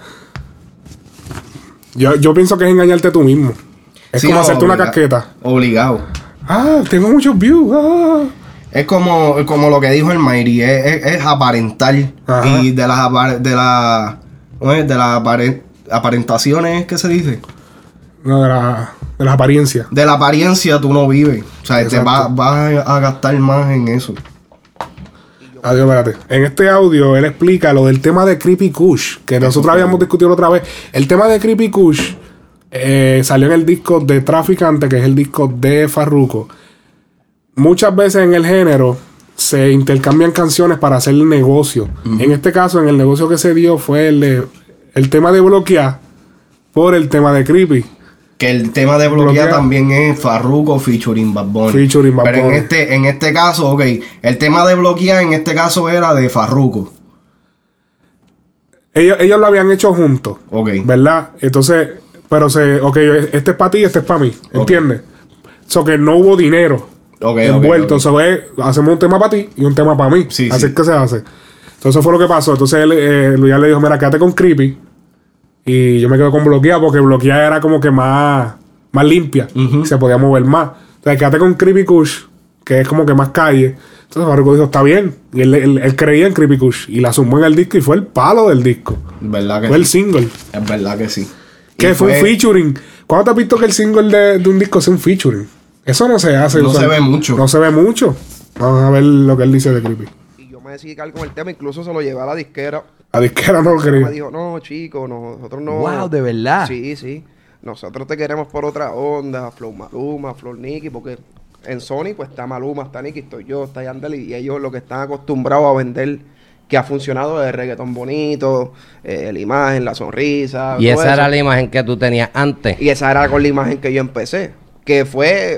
Yo, yo pienso que es engañarte tú mismo. Es sí, como no, hacerte obliga- una casqueta. Obligado. Ah, tengo muchos views. Ah. Es como, como lo que dijo el Mayri. Es, es, es aparentar. Ajá. Y de las de la, de las aparent aparentaciones, ¿qué se dice? No, de la, de la apariencia. De la apariencia tú no vives. O sea, Exacto. te vas, vas a gastar más en eso. Adiós, espérate. En este audio él explica lo del tema de Creepy Kush, que nosotros habíamos discutido otra vez. El tema de Creepy Kush eh, salió en el disco de Traficante, que es el disco de Farruko. Muchas veces en el género se intercambian canciones para hacer el negocio. Uh-huh. En este caso, en el negocio que se dio fue el de el tema de Bloquear por el tema de Creepy. Que el tema de Bloquear, Bloquear también es Farruko featuring Bad Bunny. Featuring Bad Bunny. Pero en este, en este caso, ok, el tema de Bloquear en este caso era de Farruko. Ellos, ellos lo habían hecho juntos. Ok. ¿Verdad? Entonces, pero se, ok, este es para ti y este es para mí. ¿Entiendes? Okay. So que no hubo dinero okay, envuelto. Okay, okay. So, es, hacemos un tema para ti y un tema para mí. Sí, Así sí. es que se hace. Entonces fue lo que pasó. Entonces él, eh, Luis le dijo, mira, quédate con Creepy. Y yo me quedo con Bloquear porque Bloquear era como que más, más limpia. Uh-huh. Y se podía mover más. Entonces quédate con Creepy Kush, que es como que más calle. Entonces Farruko dijo, está bien. Y él, él, él creía en Creepy Kush. Y la sumó en el disco y fue el palo del disco. ¿Verdad que fue sí? el single. Es verdad que sí. Que fue, fue un featuring. ¿Cuándo te has visto que el single de, de un disco sea un featuring? Eso no se hace. No o sea, se ve mucho. No se ve mucho. Vamos a ver lo que él dice de Creepy. Me decidí caer con el tema, incluso se lo llevé a la disquera. La disquera no lo quería. Me dijo, no, chico, nosotros no. Wow, ¿de verdad? Sí, sí. Nosotros te queremos por otra onda, Flow Maluma, Flow Nicky, porque en Sony pues está Maluma, está Nicky, estoy yo, está Yandel, y ellos lo que están acostumbrados a vender, que ha funcionado es el reggaetón bonito, eh, la imagen, la sonrisa. Y esa eso. Era la imagen que tú tenías antes. Y esa era con la imagen que yo empecé, que fue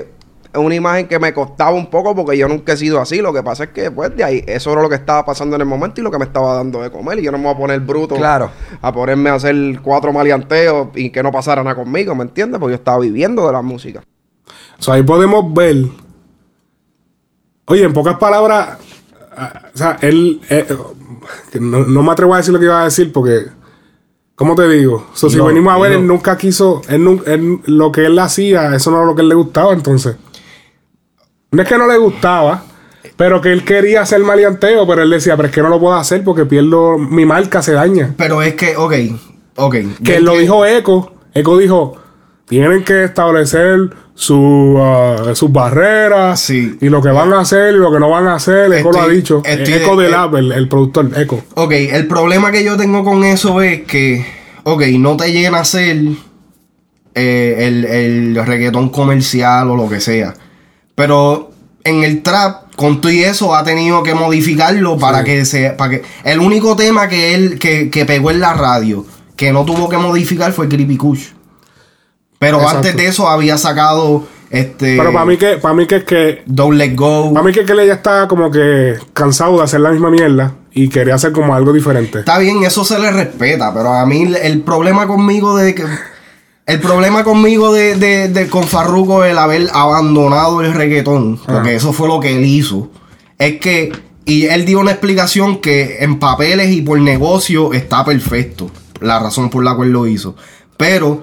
es una imagen que me costaba un poco porque yo nunca he sido así. Lo que pasa es que, pues, de ahí, eso era lo que estaba pasando en el momento y lo que me estaba dando de comer. Y yo no me voy a poner bruto Claro. a ponerme a hacer cuatro maleanteos y que no pasara nada conmigo, ¿me entiendes? Porque yo estaba viviendo de la música. O sea, ahí podemos ver. Oye, en pocas palabras, ah, o sea, él. eh, no, no me atrevo a decir lo que iba a decir porque. ¿Cómo te digo? So, si No, venimos a ver, no. él nunca quiso. Él, nun- él- lo que él hacía, eso no era lo que él le gustaba, entonces. No es que no le gustaba, pero que él quería hacer maleanteo, pero él decía, pero es que no lo puedo hacer porque pierdo. Mi marca se daña. Pero es que, ok, ok. Que Es lo que- dijo Eco. Eco dijo: tienen que establecer su, ah, sus barreras y lo que van a hacer y lo que no van a hacer. Eco lo ha Estoy- dicho. estoy Eco de- del eh, Apple, el productor, Eco. Ok, el problema que yo tengo con eso es que, ok, no te llena hacer eh, el, el reggaetón comercial o lo que sea. Pero en el trap, con todo y eso, ha tenido que modificarlo para Sí. que sea. Para que, el único tema que él que, que pegó en la radio, que no tuvo que modificar, fue Creepy Kush. Pero Exacto. antes de eso había sacado este. Pero para mí que, para mí que es que. Don't Let Go. Para mí que, que él ya estaba como que cansado de hacer la misma mierda y quería hacer como algo diferente. Está bien, eso se le respeta, pero a mí el, el problema conmigo de que. El problema conmigo de, de, de con Farruko, el haber abandonado el reggaetón, porque Ah. eso fue lo que él hizo, es que. Y él dio una explicación que en papeles y por negocio está perfecto. La razón por la cual lo hizo. Pero.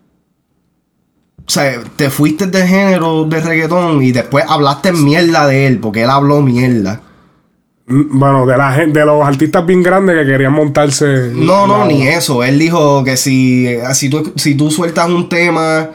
O sea, te fuiste del género de reggaetón y después hablaste mierda de él, porque él habló mierda. Mm, Bueno, de la gente, de los artistas bien grandes que querían montarse. No, no, la- ni eso. Él dijo que si, si, tú, si tú sueltas un tema,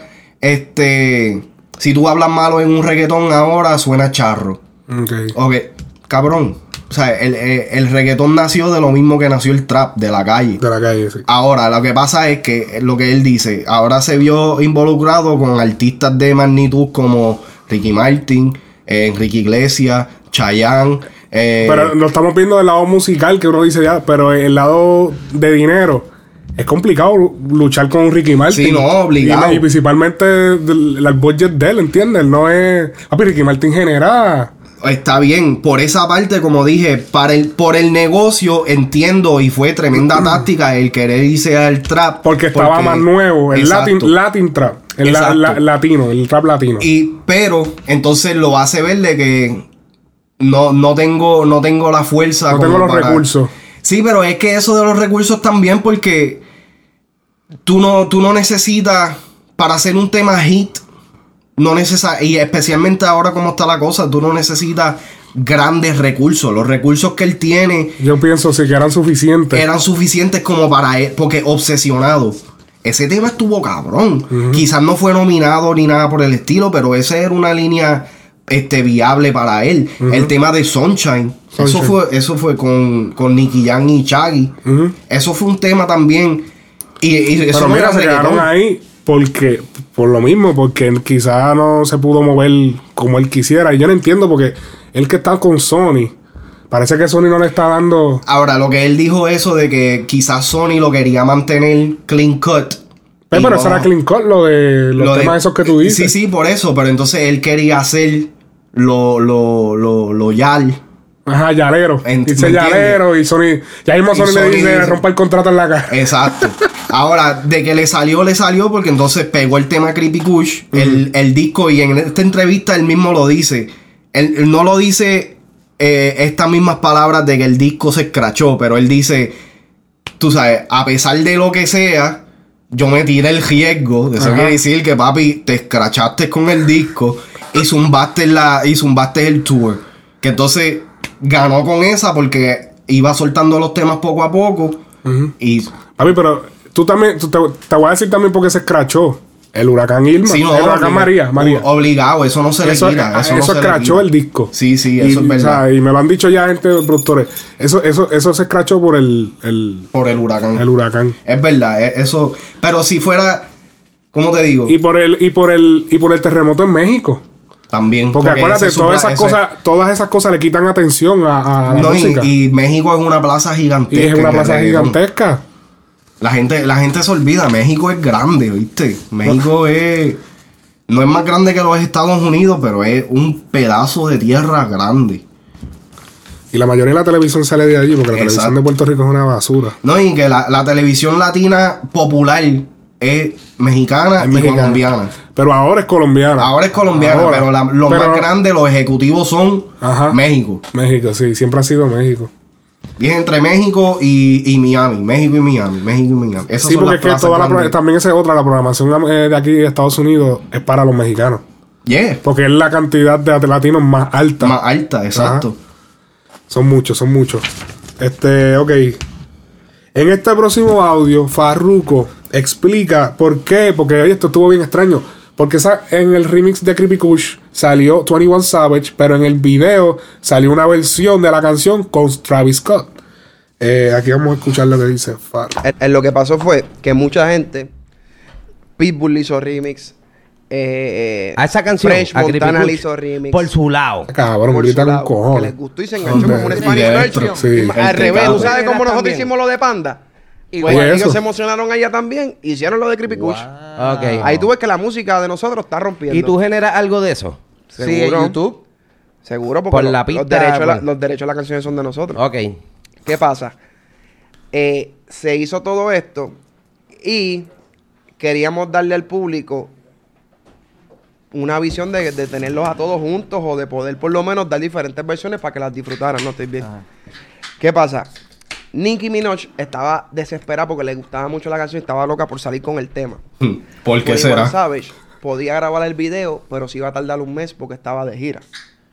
este, si tú hablas malo en un reggaetón ahora, suena charro. Ok. Ok, cabrón. O sea, el, el, el reggaetón nació de lo mismo que nació el trap, de la calle. De la calle, sí. Ahora, lo que pasa es que lo que él dice, ahora se vio involucrado con artistas de magnitud como Ricky Martin, eh, Enrique Iglesias, Chayanne. Eh, Pero lo estamos viendo del lado musical, que uno dice ya, pero el lado de dinero. Es complicado luchar con un Ricky Martin. Sí, no, obligado. Y, y principalmente del- el budget de él, ¿entiendes? Él no es. Papi, Ricky Martin genera. Está bien, por esa parte, como dije, para el, por el negocio entiendo y fue tremenda táctica el querer irse al trap. Porque estaba más nuevo. El Exacto. Latin, Latin Trap. El la- Exacto. la- latino, el trap latino. Y, pero, entonces lo hace ver de que no, no tengo, no tengo la fuerza. No como tengo los para- recursos. Sí, pero es que eso de los recursos también, porque tú no, tú no necesitas para hacer un tema hit. No necesitas, y especialmente ahora como está la cosa, tú no necesitas grandes recursos. Los recursos que él tiene Yo pienso sí que eran suficientes. eran suficientes como para él, porque obsesionado. Ese tema estuvo cabrón. Quizás no fue nominado ni nada por el estilo, pero esa era una línea este, viable para él. Ujú. El tema de Sunshine. Eso Sunshine. fue, eso fue con, con Nicky Jam y Shaggy. Eso fue un tema también. Y, y eso Pero no mira, era se quedaron reggaetón. ahí porque, por lo mismo, porque quizás no se pudo mover como él quisiera. Y yo no entiendo porque él que está con Sony, parece que Sony no le está dando. Ahora, lo que él dijo eso de que quizás Sony lo quería mantener clean cut. Eh, Y pero no- eso era clean cut, lo de los lo de- temas esos que tú dices. Sí, sí, por eso. Pero entonces él quería hacer lo, lo, lo, lo yal. Ajá, Llalero. Ent- Dice ¿me entiendes? Llalero y Sony. Ya mismo Y Sony, le Sony dice dice- rompa el contrato en la cara. Exacto. Ahora, de que le salió, le salió porque entonces pegó el tema Creepy Kush, el, el disco, y en esta entrevista él mismo lo dice. Él, él no lo dice eh, estas mismas palabras de que el disco se escrachó, pero él dice, tú sabes, a pesar de lo que sea, yo me tiré el riesgo. Eso Ajá. quiere decir que, papi, te escrachaste con el disco y zumbaste, la, y zumbaste el tour. Que entonces ganó con esa porque iba soltando los temas poco a poco. Y Papi, pero tú también, tú te, te voy a decir también porque se escrachó. El huracán Irma. Sí, no, el huracán obliga- María. María. Obligado, eso no se Eso, le quita. eso, Eso, no se le escrachó quita. el disco. Sí, sí, Y, eso es o verdad. sea, y me lo han dicho ya gente de productores. Eso, eso, eso se escrachó por el, el, Por el huracán. el huracán. Es verdad, e- eso. Pero si fuera, ¿cómo te digo? Y por el, y por el, y por el terremoto en México. También. Porque, acuérdate, ese todas supla- esas ese- cosas, todas esas cosas le quitan atención a, a la No, y, música. y México es una plaza Y gigantesca. es una en el plaza reggaetón. gigantesca. La gente, la gente se olvida, México es grande, ¿viste? México es. no es más grande que los Estados Unidos, pero es un pedazo de tierra grande. Y la mayoría de la televisión sale de allí, porque la Exacto. televisión de Puerto Rico es una basura. No, y que la, la televisión latina popular es mexicana Es y mexicana. colombiana. Pero ahora es colombiana. Ahora es colombiana, Ahora. pero la- los Pero- más grandes, los ejecutivos son Ajá. México. México, sí, siempre ha sido México. Y es entre México y, y Miami. México y Miami. México y Miami. Esas Sí, son porque las es que plazas toda la pro- grandes. también esa es otra, la programación eh, de aquí de Estados Unidos es para los mexicanos. Yeah. Porque es la cantidad de latinos más alta. Más alta, exacto. Ajá. Son muchos, son muchos. Este, ok. En este próximo audio, Farruko explica por qué. Porque oye, esto estuvo bien extraño. Porque esa, en el remix de Creepy Kush salió veintiuno Savage, pero en el video salió una versión de la canción con Travis Scott. Eh, aquí vamos a escuchar lo que dice Farruko. Eh, eh, lo que pasó fue que mucha gente, Pitbull hizo remix, eh, A esa canción, Fresh a Creepy Montana Kush, le hizo remix. por su lado. Cabrón, Por grita su con lado, cojones. que les gustó y se enganchó Hombre, como un y Spanish dentro, version. sí. Y El al revés, teclado. ¿tú sabes cómo nosotros También. hicimos lo de Panda? Y Oye, ellos eso. se emocionaron allá también, hicieron lo de Creepy Kush. Ok. Ahí tú ves que la música de nosotros está rompiendo. ¿Y tú generas algo de eso? Sí, ¿Seguro? en YouTube. Seguro, porque Por los, la los pista, derechos de la- por- los derechos de las canciones son de nosotros. Ok. ¿Qué pasa? Eh, se hizo todo esto y queríamos darle al público una visión de, de tenerlos a todos juntos o de poder por lo menos dar diferentes versiones para que las disfrutaran. No estoy bien. ¿Qué pasa? Nicki Minaj estaba desesperada porque le gustaba mucho la canción y estaba loca por salir con el tema. ¿Por qué twenty-one será? Savage podía grabar el video, pero se iba a tardar un mes porque estaba de gira.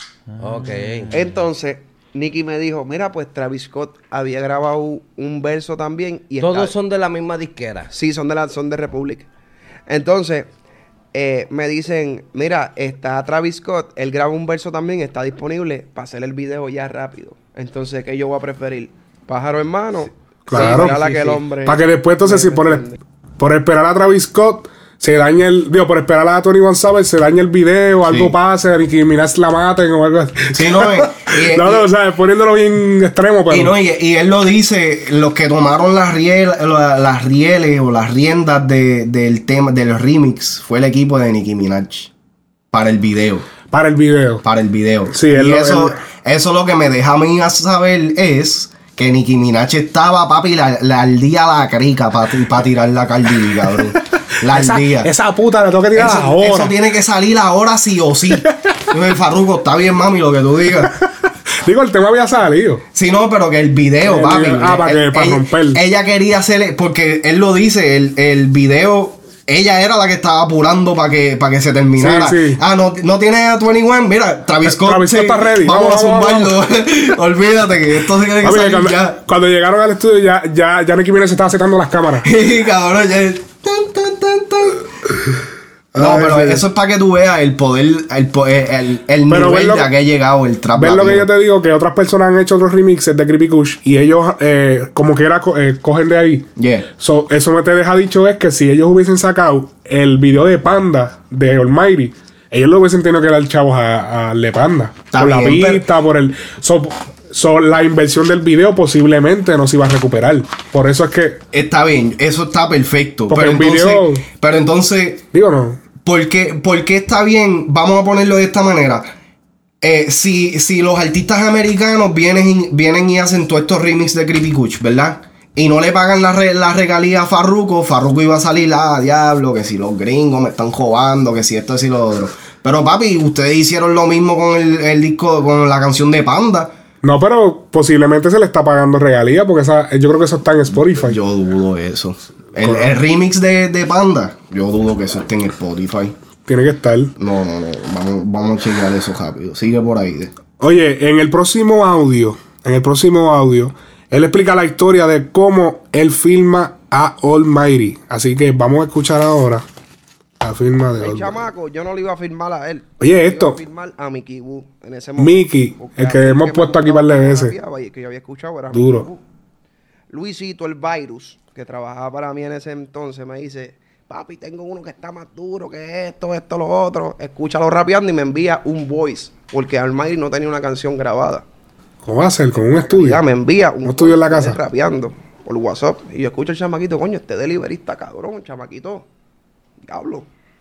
Ok. Entonces, Nicki me dijo, mira, pues Travis Scott había grabado un verso también. Y Todos está- son de la misma disquera. Sí, son de la, son de Republic. Entonces, eh, me dicen, mira, está Travis Scott, él graba un verso también, está disponible para hacer el video ya rápido. Entonces, ¿qué yo voy a preferir? ¿Pájaro en mano? Claro. Sí, Sí, que el sí. hombre... Para que después entonces si por, el- por esperar a Travis Scott se daña el, digo, por esperar a veintiuno Savage se daña el video, algo Sí. pase, Nicki Minaj la maten o algo así. Sí, no, y- y- no, no, o sea, poniéndolo bien extremo, pero Y, no, y, y él lo dice, los que tomaron las, riel, la- las rieles o las riendas de- del tema, del remix, fue el equipo de Nicki Minaj. Para el video. para el video. Para el video. Sí, él y lo- eso, él- eso lo que me deja a mí a saber es que Nicki Minaj estaba, papi, la, la al día la crica para tirar la Cardi B, cabrón. La al esa, día. esa puta le tengo que tirar Eso, ahora. eso tiene que salir ahora sí o sí. Yo, el Farruko, está bien, mami, lo que tú digas. Digo, el tema había salido. Sí, no, pero que el video, El papi. video, ah, para él- que- para ella, romper. Ella quería hacerle, porque él lo dice, el, el video, ella era la que estaba apurando para que, para que se terminara. Sí, sí. Ah, no, no tiene a veintiuno, mira, Travis Scott. Travis Scott sí, está ready. Vamos, Vamos, a vamos, zumbarlo. Olvídate que esto se tiene que Papi, salir cuando, ya. cuando llegaron al estudio ya, ya, ya Nicki Minaj se estaba secando las cámaras. Y cabrón, ya. Tan, tan, tan, tan. No, Ay, pero sí. eso es para que tú veas el poder, el, po- el, el Pero ves nivel lo de que- a que ha llegado el trap. ¿Ves lo que latino. yo te digo? Que otras personas han hecho otros remixes de Creepy Kush y ellos, eh, como que era, co- eh, cogen de ahí. Yeah. So, eso me te deja dicho es que si ellos hubiesen sacado el video de Panda de Almighty, ellos le hubiesen tenido que dar chavos a, a Le Panda. Está por la bien, pero- pista, por el. So, so, la inversión del video posiblemente no se iba a recuperar. Por eso es que. Está bien, eso está perfecto. Porque Pero un entonces, video- pero entonces, Digo, no. ¿por qué, por qué está bien? Vamos a ponerlo de esta manera. Eh, si, si los artistas americanos vienen y, vienen y hacen todos estos remixes de Creepy Kush, ¿verdad? Y no le pagan la, re- la regalía a Farruko, Farruko iba a salir, ah, diablo, que si los gringos me están jodando, que si esto, que si lo otro. Pero papi, ustedes hicieron lo mismo con el, el disco, con la canción de Panda. No, pero posiblemente se le está pagando regalía porque esa, yo creo que eso está en Spotify. Yo dudo eso. El, el remix de, de Panda, yo dudo que eso esté en Spotify. Tiene que estar. No, no, no. Vamos, vamos a chequear eso rápido. Sigue por ahí. de- Oye, en el próximo audio, en el próximo audio, él explica la historia de cómo él filma a Almighty. Así que vamos a escuchar ahora la firma de El Almighty. chamaco, yo no le iba a firmar a él. Oye, Yo le esto. iba a firmar a Mickey Wu en ese momento. Mickey, Porque el que a mí hemos me puesto aquí gustaba par de que veces. rapeaba y que yo había escuchado era Duro. Mickey Wu. Luisito, el Virus, que trabajaba para mí en ese entonces, me dice: papi, tengo uno que está más duro que esto, esto, lo otro. Escúchalo rapeando y me envía un voice. Porque Almighty no tenía una canción grabada. ¿Cómo va a ser? ¿Con un estudio? Ya me envía un ¿Un estudio en la voice casa? rapeando por WhatsApp. Y yo escucho al chamaquito, coño, este delivery está cabrón, chamaquito. Diablo.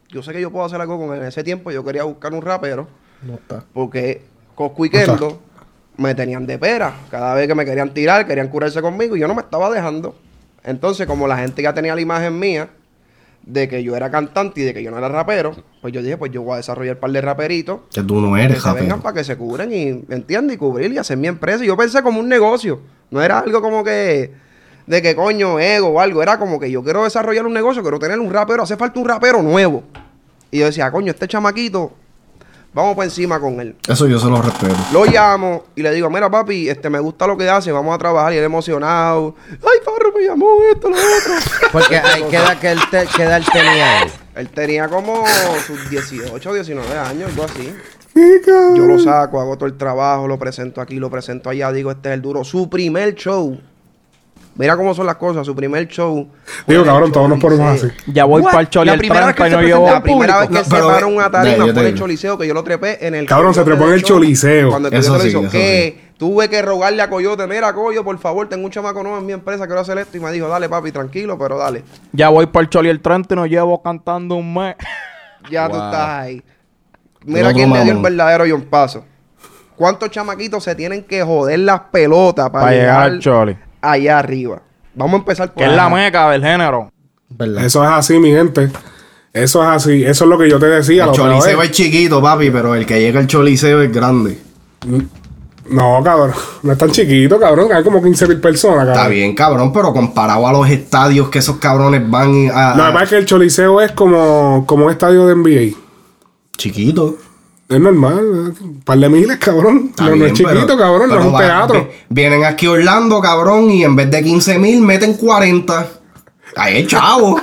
yo sé que yo puedo hacer algo con él. En ese tiempo yo quería buscar un rapero. No está. Porque Coscu y Kendo me tenían de pera. Cada vez que me querían tirar, querían curarse conmigo y yo no me estaba dejando. Entonces, como la gente ya tenía la imagen mía de que yo era cantante y de que yo no era rapero, pues yo dije, pues yo voy a desarrollar un par de raperitos. Que tú no eres que se rapero. vengan para que se cubren y, ¿entiendes? Y cubrir y hacer mi empresa. Y yo pensé como un negocio. No era algo como que, de que coño, ego o algo. Era como que yo quiero desarrollar un negocio, quiero tener un rapero, hace falta un rapero nuevo. Y yo decía, coño, este chamaquito, vamos por encima con él. Eso yo se lo respeto. Lo llamo y le digo, mira papi, este me gusta lo que hace, vamos a trabajar. Y él emocionado. Ay, Farro me llamó esto, lo otro. Porque hay que edad que él te, ¿qué edad él tenía él? Él tenía como sus dieciocho, diecinueve años, algo así. Yo lo saco, hago todo el trabajo, lo presento aquí, lo presento allá, digo, este es el duro. Su primer show. Mira cómo son las cosas, su primer show. Digo, cabrón, todos nos ponemos así. Ya voy para el Choli La el primera vez que treinta y se no presentó- llevo La primera vez que No, él se pero, paró en una eh, tarima yo te fue en el digo. Choliseo, que yo lo trepé en el Cabrón, se Coyote trepó en del el show. Choliseo. Cuando el Eso Coyote lo sí, hizo, eso que tuve que rogarle a Coyote, mira, Coyo, por favor, tengo un chamaco nuevo en mi empresa, quiero hacer esto. Y me dijo, dale, papi, tranquilo, pero dale. Ya voy para el Choli el treinta y no llevo cantando un mes. Ya tú Wow. estás ahí. Mira otro quién le dio el mamón. verdadero John Paso. ¿Cuántos chamaquitos se tienen que joder las pelotas para, Para llegar llegar al Choli. allá arriba? Vamos a empezar por Que es la ahí. meca del género. ¿Verdad? Eso es así, mi gente. Eso es así. Eso es lo que yo te decía. El la otra choliseo vez. es chiquito, papi, pero el que llega al choliseo es grande. No, cabrón. No es tan chiquito, cabrón. Hay como quince mil personas, cabrón. Está bien, cabrón, pero comparado a los estadios que esos cabrones van a... Lo que pasa es que el Choliseo es como, como un estadio de N B A. Chiquito. Es normal. Un par de miles, cabrón. Está No, no bien, es chiquito, pero- cabrón. No pero es un va- teatro. vi- Vienen aquí a Orlando, cabrón, y en vez de quince mil meten cuarenta. Ahí es chavo.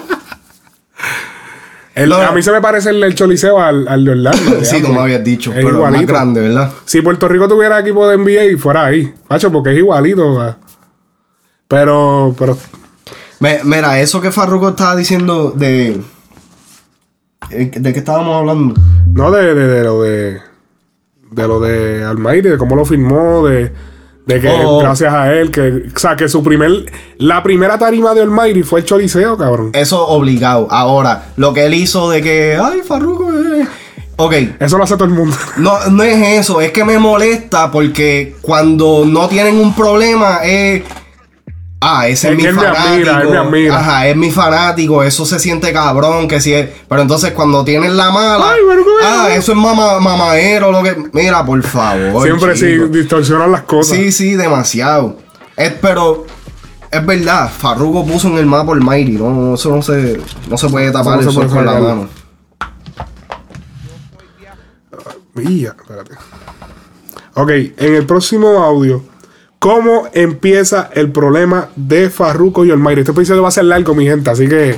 El- No. A mí se me parece el, el Choliseo al, al de Orlando. Sí, tú me habías dicho, Es pero es más igualito. grande, ¿verdad? Si Puerto Rico tuviera equipo de N B A, fuera ahí. Macho, porque es igualito. ¿verdad? Pero, pero... Me- mira, eso que Farruko estaba diciendo de... ¿De qué estábamos hablando? No, de, de, de lo de... De lo de Almighty, de cómo lo firmó, de... De que Oh. gracias a él, que... O sea, que su primer... La primera tarima de Almighty fue el Choliseo, cabrón. Eso obligado. Ahora, lo que él hizo de que... Ay, Farruko... eh". Ok. Eso lo hace todo el mundo. No, no es eso. Es que me molesta porque cuando no tienen un problema es... Ah, ese es, Es mi que él me fanático. admira, él me admira. Ajá, es mi fanático. Eso se siente cabrón. Que si es... Pero entonces cuando tienen la mala... Ay, pero ¿cómo es? ah, eso es mama, mamadero. Lo que... Mira, por favor. Siempre sí chico. distorsionan las cosas. Sí, sí, demasiado. Es, pero... Es verdad. Farruko puso en el mapa el Mighty. No, no, eso no se... No se puede tapar Eso no el se sol puede con la sacar. mano. Mía, espérate. Ok, en el próximo audio, ¿cómo empieza el problema de Farruko y Almighty? Este episodio va a ser largo, mi gente, así que...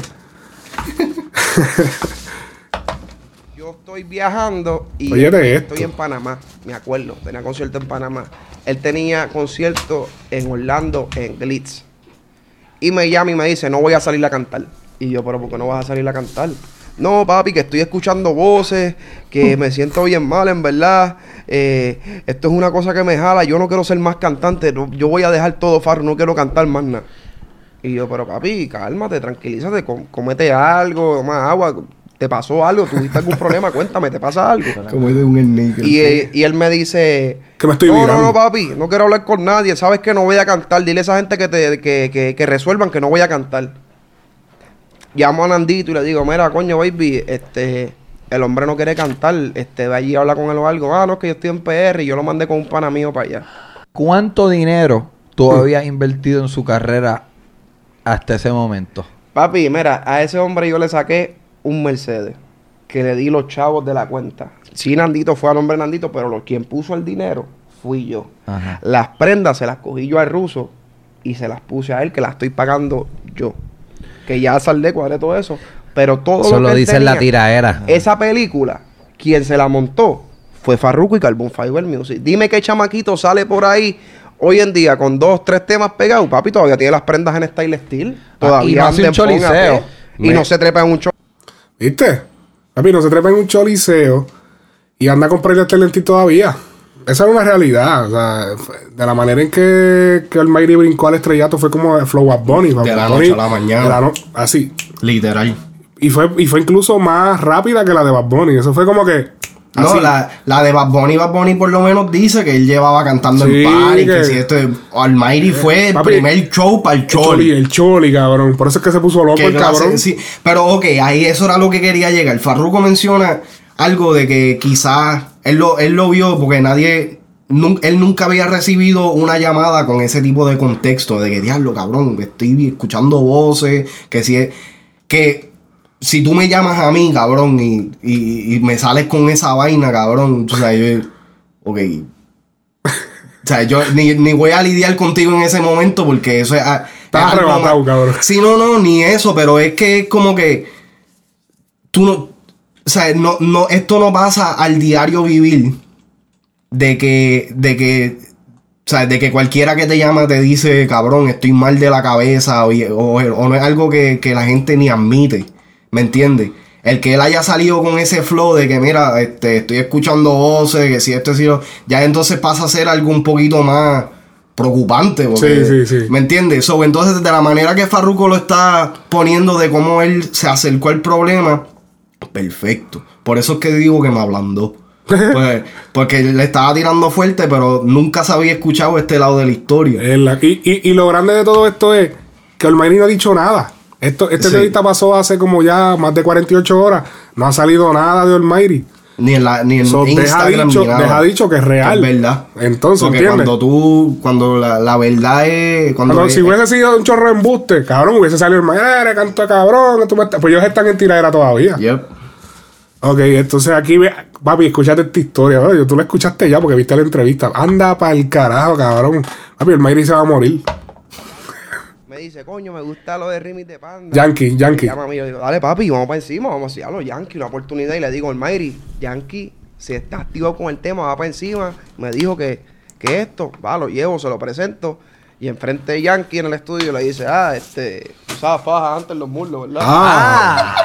Yo estoy viajando y Óyete estoy esto. en Panamá, me acuerdo, tenía concierto en Panamá. Él tenía concierto en Orlando, en Glitz. Y me llama y me dice, no voy a salir a cantar. Y yo, pero ¿por qué no vas a salir a cantar? No, papi, que estoy escuchando voces, que me siento bien mal, en verdad. Eh, esto es una cosa que me jala, yo no quiero ser más cantante, no- yo voy a dejar todo, Farro, no quiero cantar más nada. Y yo, pero papi, cálmate, tranquilízate, com- cómete algo, toma agua. ¿Te pasó algo? ¿Tuviste algún problema? Cuéntame, ¿te pasa algo? Como es de un sneaker. Y, eh, y él me dice... Que me estoy no, no, virando. no, papi, no quiero hablar con nadie. Sabes que no voy a cantar. Dile a esa gente que, te, que, que, que resuelvan que no voy a cantar. Llamo a Nandito y le digo, mira, coño, baby, este... El hombre no quiere cantar. Este, ve allí y habla con él o algo. Ah, no, es que yo estoy en P R y yo lo mandé con un pana mío para allá. ¿Cuánto dinero tú habías invertido en su carrera hasta ese momento? Papi, mira, a ese hombre yo le saqué un Mercedes. Que le di los chavos de la cuenta. Sí, Nandito fue a nombre de Nandito, pero lo, quien puso el dinero fui yo. Ajá. Las prendas se las cogí yo al ruso y se las puse a él, que las estoy pagando yo. Que ya saldé, cuadré todo eso. Pero todo Eso lo lo que él dice en la tenía, tiraera. esa película, quien se la montó fue Farruko y Carbon Fiber Music. Dime qué chamaquito sale por ahí hoy en día con dos, tres temas pegados. Papi, todavía tiene las prendas en Style Steel. Todavía y no hace anda un en Pon A P, choliseo. Y Me- no se trepa en un choliseo. ¿Viste? Papi, no se trepa en un Choliseo y anda a comprar el Talenti todavía. Esa es una realidad. O sea, fue- de la manera en que, que Almighty brincó al estrellato fue como Flow Bad Bunny. De la Bad noche Bunny, a la mañana. de la no- así. Literal. Y Y fue, y fue incluso más rápida que la de Bad Bunny. Eso fue como que... No, así. la, la de Bad Bunny, Bad Bunny por lo menos dice que él llevaba cantando Sí, en party, que- que si esto Almighty fue el Papi, primer show para el El choli, Choli. el choli, cabrón. Por eso es que se puso loco Que el clase- cabrón. sí, pero ok, ahí eso era lo que quería llegar. Farruko menciona algo de que quizás él lo, él lo vio porque nadie, nun- él nunca había recibido una llamada con ese tipo de contexto, de que diablo, cabrón, estoy escuchando voces, que si es, que si tú me llamas a mí, cabrón, y, y, y me sales con esa vaina, cabrón, o sea, yo, ok. O sea, yo ni, ni voy a lidiar contigo en ese momento porque eso es... ah, Estás es algo arrebatado, más- cabrón. Sí, no, no, ni eso, pero es que es como que tú no, o sea, no, no, esto no pasa al diario vivir de que, de que, o sea, de que cualquiera que te llama te dice, cabrón, estoy mal de la cabeza, o, o, o no es algo que, que la gente ni admite, ¿me entiendes? El que él haya salido con ese flow de que, mira, este, estoy escuchando voces, que si esto es cierto, ya entonces pasa a ser algo un poquito más preocupante. Porque, Sí, sí, sí. ¿me entiendes? So, entonces, de la manera que Farruko lo está poniendo de cómo él se acercó al problema, perfecto. Por eso es que digo que me ablandó. Pues, porque le estaba tirando fuerte, pero nunca se había escuchado este lado de la historia. Es la- y, y, y lo grande de todo esto es que Almighty no ha dicho nada. Esto, esta Sí. entrevista pasó hace como ya más de cuarenta y ocho horas. No ha salido nada de Almighty. Ni en, la, ni en So, deja Instagram dicho- ni nada. deja dicho que es real. Que es verdad. Entonces, Porque ¿entiendes? cuando tú, cuando la, la verdad es... Cuando Cuando es- si hubiese sido un chorro de embuste, cabrón, hubiese salido el mañana, canto de cabrón. que tú me estás-". Pues ellos están en tiradera todavía. Yep. Ok, entonces aquí, ve, papi, escúchate esta historia. ¿Verdad? Tú la escuchaste ya porque viste la entrevista. Anda pa'l carajo, cabrón. Papi, el Mayri se va a morir. Me dice, coño, me gusta lo de remix de Panda. Yankee, Yankee. Me llama a mí, yo digo, dale papi, vamos para encima, vamos a hacerlo, Yankee, una oportunidad. Y le digo, el Mayri, Yankee, si está activo con el tema, va para encima. Me dijo que, que esto, va, lo llevo, se lo presento. Y enfrente de Yankee en el estudio le dice, ah, este, usaba faja antes en los muslos, ¿verdad? Ah.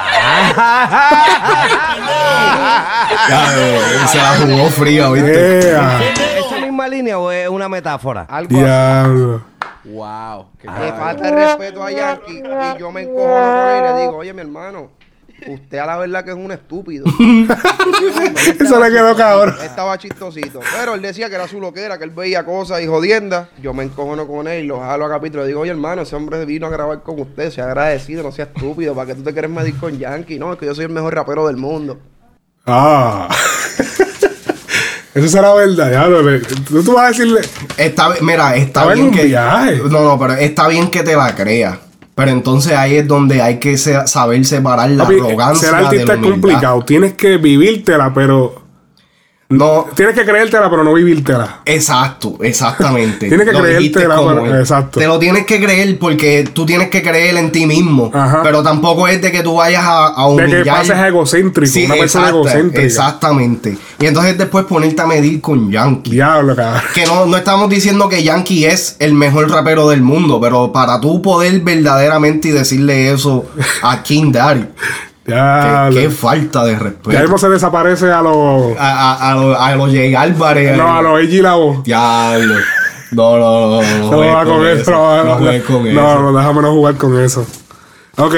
Ya, eh, se la jugó fría, ¿viste? Yeah. ¿Esa misma línea o es una metáfora? Algo así. Diablo. Wow. Le falta el respeto a Yankee y yo me encojono con él y le digo, oye, mi hermano, usted a la verdad que es un estúpido. Eso le quedó cabrón. Estaba chistosito. Pero él decía que era su loquera, que él veía cosas y jodiendas. Yo me encojono con él y lo jalo a capítulo. Le digo, oye, hermano, ese hombre vino a grabar con usted. Sea agradecido, no sea estúpido. ¿Para que tú te quieres medir con Yankee? No, es que yo soy el mejor rapero del mundo. Ah. Eso será verdad, ya lo le- Tú, tú vas a decirle. Está, mira, está Estaba en bien un que. viaje. No, no, pero está bien que te la creas. Pero entonces ahí es donde hay que se- saber separar la Papi, arrogancia ser de artista la es humildad. complicado. Tienes que vivírtela, pero. No. Tienes que creértela, pero no vivírtela. Exacto, exactamente. Tienes que Lo dijiste creértela, como pero- es. exacto. Te lo tienes que creer porque tú tienes que creer en ti mismo. Ajá. Pero tampoco es de que tú vayas a, a De humillar. que pases egocéntrico. Sí, una persona exacta, egocéntrica. Exactamente. Y entonces después ponerte a medir con Yankee. Diablo, cabrón. Que no, no estamos diciendo que Yankee es el mejor rapero del mundo, pero para tú poder verdaderamente y decirle eso a King Daddy, Diablo. qué, qué falta de respeto. Ya mismo se desaparece a los. A, a, a, los- a los Jay Álvarez. No, a los A G Lavo. Diablo. No, no, no, no. No juegues va con eso. No, No no, juegues con no, eso. no, déjame no jugar con eso. Ok.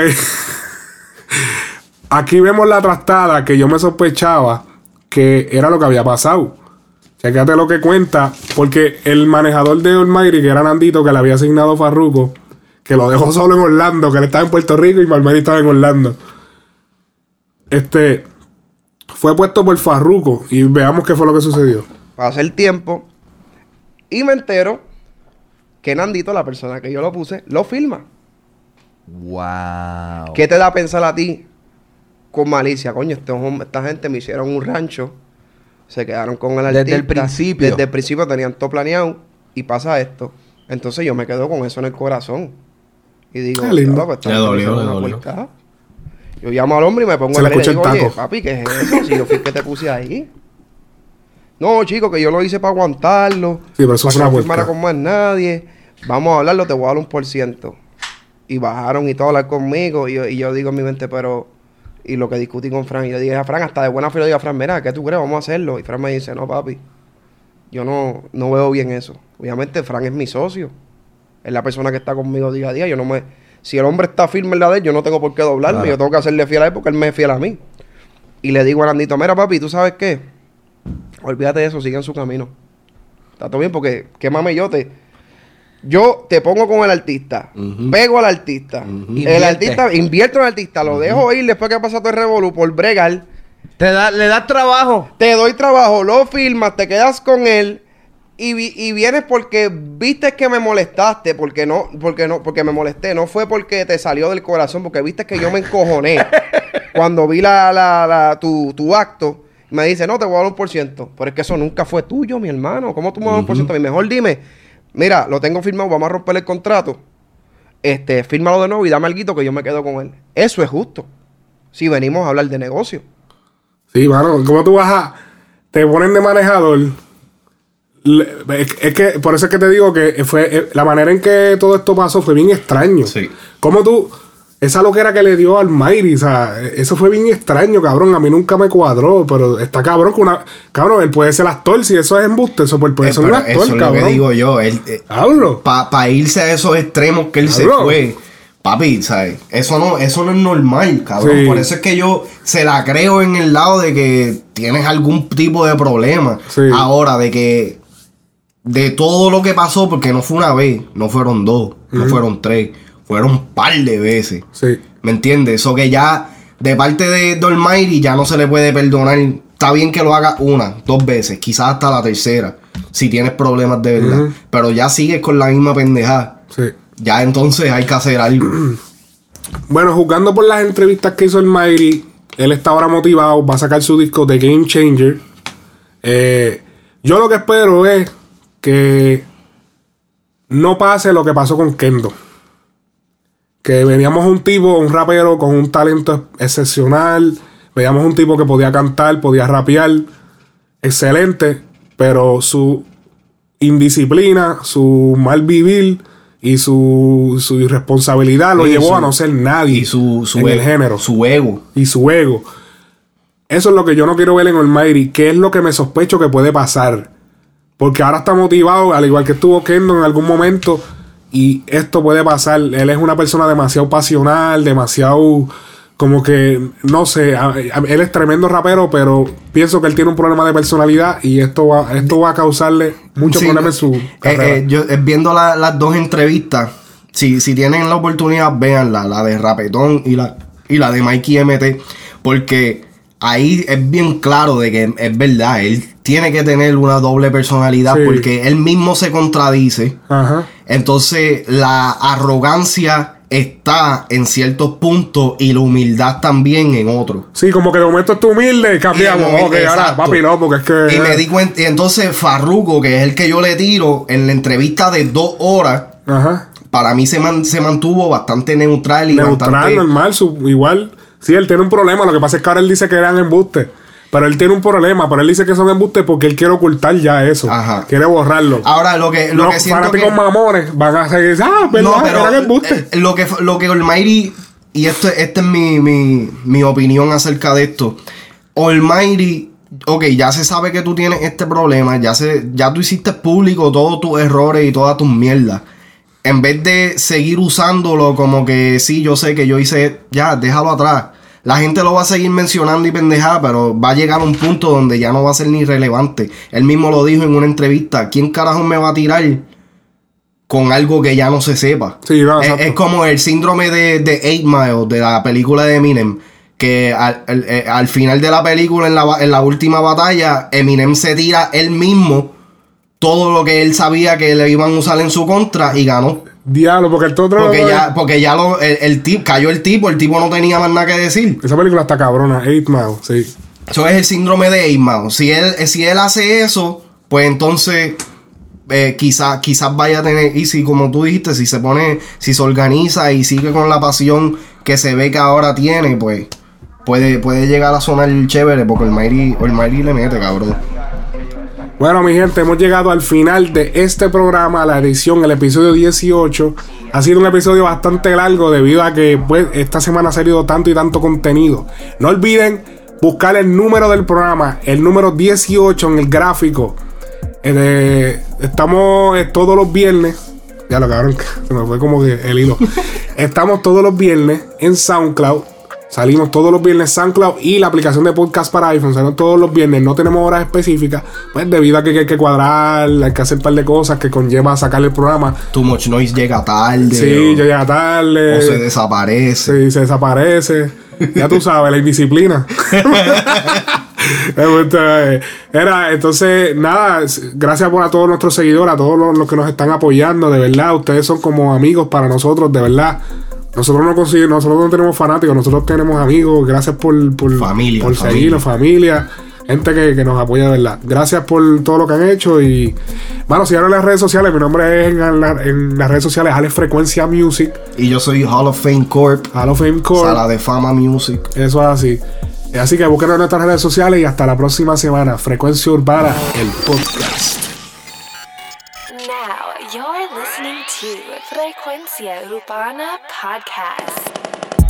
Aquí vemos la trastada que yo me sospechaba que era lo que había pasado. Chécate lo que cuenta, porque el manejador de Almighty, que era Nandito, que le había asignado Farruko, que lo dejó solo en Orlando, que él estaba en Puerto Rico y Almighty estaba en Orlando. Este fue puesto por Farruko y veamos qué fue lo que sucedió. Pasa el tiempo y me entero que Nandito, la persona que yo lo puse, lo filma. Wow. ¿Qué te da a pensar a ti con malicia? Coño, este hom- esta gente me hicieron un rancho, se quedaron con el artista. Desde el principio. Desde el principio tenían todo planeado y pasa esto. Entonces yo me quedo con eso en el corazón. Y digo, Qué lindo. "Diablo, pues, esta Le gente dolió, me hizo le una dolió. puercada". Yo llamo al hombre y me pongo Se a le ver y escucha digo, el oye, taco. papi, ¿qué es eso? Si yo fui el que te puse ahí. No, chico, que yo lo hice para aguantarlo. Sí, pero eso para fue que una no firmara vuelta. con más nadie. Vamos a hablarlo, te voy a dar un por ciento. Y bajaron y todo a hablar conmigo. Y yo, y yo digo en mi mente, pero... Y lo que discutí con Fran. Y yo dije a Fran, hasta de buena fe le digo a Fran, mira, ¿qué tú crees? Vamos a hacerlo. Y Fran me dice, no, papi. Yo no, no veo bien eso. Obviamente, Fran es mi socio. Es la persona que está conmigo día a día. Yo no me... Si el hombre está firme en la de él, yo no tengo por qué doblarme. Claro. Yo tengo que hacerle fiel a él porque él me es fiel a mí. Y le digo a Nandito, mira papi, ¿tú sabes qué? Olvídate de eso, sigue en su camino. Está todo bien porque, qué mamellote. Yo te pongo con el artista, uh-huh. pego al artista. Uh-huh. El Invierte. artista, invierto en el artista, lo uh-huh. dejo ir después que pasa todo el revolú por bregar. Te da, le das trabajo. Te doy trabajo, lo filmas, te quedas con él. Y, vi, y vienes porque viste que me molestaste, porque no, porque no, porque me molesté, no fue porque te salió del corazón, porque viste que yo me encojoné cuando vi la, la, la, tu, tu acto. Me dice, no, te voy a dar un por ciento. Pero es que eso nunca fue tuyo, mi hermano. ¿Cómo tú me vas a dar un por ciento? Mejor dime, mira, lo tengo firmado, vamos a romper el contrato. Este, fírmalo de nuevo y dame algo que yo me quedo con él. Eso es justo. Si venimos a hablar de negocio. Sí, mano, ¿cómo tú vas a... Te ponen de manejador... Es, es que por eso es que te digo que fue la manera en que todo esto pasó fue bien extraño. Sí. Como tú, esa loquera que le dio al Mayri, o sea, eso fue bien extraño, cabrón. A mí nunca me cuadró, pero está cabrón con una. Cabrón, él puede ser actor, si eso es embuste, eso puede eh, ser un actor, eso es cabrón. Lo que digo yo, él. Eh, Para pa irse a esos extremos que él Hablo. se fue. Papi, ¿sabes? Eso no, eso no es normal, cabrón. Sí. Por eso es que yo se la creo en el lado de que tienes algún tipo de problema. Sí. Ahora, de que. De todo lo que pasó, porque no fue una vez, no fueron dos, uh-huh. no fueron tres, fueron un par de veces. Sí. ¿Me entiendes? Eso que ya, de parte de Almighty, ya no se le puede perdonar. Está bien que lo haga una, dos veces, quizás hasta la tercera, si tienes problemas de verdad. Uh-huh. Pero ya sigues con la misma pendejada. Sí. Ya entonces hay que hacer algo. Bueno, juzgando por las entrevistas que hizo Almighty, él está ahora motivado, va a sacar su disco de Game Changer. Eh, yo lo que espero es que no pase lo que pasó con Kendo. Que veníamos un tipo, un rapero con un talento excepcional. Veíamos un tipo que podía cantar, podía rapear. Excelente. Pero su indisciplina, su mal vivir y su, su irresponsabilidad lo y llevó su, a no ser nadie y su, su en ego, el género. Su ego. Y su ego. Eso es lo que yo no quiero ver en Almighty. ¿Qué es lo que me sospecho que puede pasar? Porque ahora está motivado, al igual que estuvo Kendo en algún momento. Y esto puede pasar. Él es una persona demasiado pasional, demasiado... Como que, no sé, a, a, él es tremendo rapero, pero pienso que él tiene un problema de personalidad y esto va, esto va a causarle muchos sí, problemas en su carrera. Eh, eh, yo, eh, viendo la, las dos entrevistas, si, si tienen la oportunidad, véanla, la de Rapetón y la, y la de Mikey M T, porque ahí es bien claro de que es verdad, él tiene que tener una doble personalidad, sí, porque él mismo se contradice. Ajá. Entonces, la arrogancia está en ciertos puntos y la humildad también en otros. Sí, como que de momento es tu humilde y cambiamos. Y ok, ahora papi no, porque es que... Y me di cuenta, y entonces Farruko, que es el que yo le tiro, en la entrevista de dos horas, ajá, para mí se, man, se mantuvo bastante neutral y neutral, bastante... normal, su, igual. Sí, él tiene un problema, lo que pasa es que ahora él dice que eran embustes. Pero él tiene un problema, pero él dice que son embustes porque él quiere ocultar ya eso. Ajá. Quiere borrarlo. Ahora, lo que, lo Los que siento fanáticos que... mamones van a seguir, ah, verdad, no, pero, eran embustes. Eh, lo que, lo que Almighty, y esto, esta es mi, mi, mi opinión acerca de esto. Almighty, ok, ya se sabe que tú tienes este problema, ya, se, ya tú hiciste público todos tus errores y todas tus mierdas. En vez de seguir usándolo como que sí, yo sé que yo hice, ya, déjalo atrás. La gente lo va a seguir mencionando y pendejada, pero va a llegar a un punto donde ya no va a ser ni relevante. Él mismo lo dijo en una entrevista. ¿Quién carajo me va a tirar con algo que ya no se sepa? Sí, no, es, es como el síndrome de, de eight mile, de la película de Eminem. Que al, al, al final de la película, en la, en la última batalla, Eminem se tira él mismo todo lo que él sabía que le iban a usar en su contra y ganó. Diablo, porque el otro... Porque ya, porque ya lo, el, el tipo, cayó el tipo, el tipo no tenía más nada que decir. Esa película está cabrona, eight mile, sí. Eso es el síndrome de eight mile. Si él, si él hace eso, pues entonces eh, quizás quizás vaya a tener... Y si, como tú dijiste, si se pone, si se organiza y sigue con la pasión que se ve que ahora tiene, pues puede, puede llegar a sonar chévere, porque el Almighty, el Almighty le mete, cabrón. Bueno, mi gente, hemos llegado al final de este programa, la edición, el episodio dieciocho. Ha sido un episodio bastante largo debido a que pues, esta semana ha salido tanto y tanto contenido. No olviden buscar el número del programa, el número dieciocho en el gráfico. Eh, estamos eh, todos los viernes Ya lo cabrón, se me fue como que el hilo. Estamos todos los viernes en SoundCloud. Salimos todos los viernes en SoundCloud y la aplicación de podcast para iPhone. Salimos todos los viernes. No tenemos horas específicas. Pues debido a que hay que cuadrar, hay que hacer un par de cosas que conlleva sacar el programa. Too Much Noise llega tarde. Sí, o, llega tarde. O se desaparece. Sí, se desaparece. Ya tú sabes, la indisciplina. Era, entonces, nada, gracias por a todos nuestros seguidores, a todos los, los que nos están apoyando, de verdad, ustedes son como amigos para nosotros, de verdad. Nosotros no conseguimos, nosotros no tenemos fanáticos, nosotros tenemos amigos, gracias por, por, familia, por familia. seguirnos, familia, gente que, que nos apoya de verdad. Gracias por todo lo que han hecho y, bueno, síganos en las redes sociales, mi nombre es en, la, en las redes sociales Alex Frecuencia Music. Y yo soy Hall of Fame Corp. Hall of Fame Corp. Sala de Fama Music. Eso es así. Así que búsquenos en nuestras redes sociales y hasta la próxima semana. Frecuencia Urbana, el podcast. Now you're listening to Frecuencia Urbana Podcast.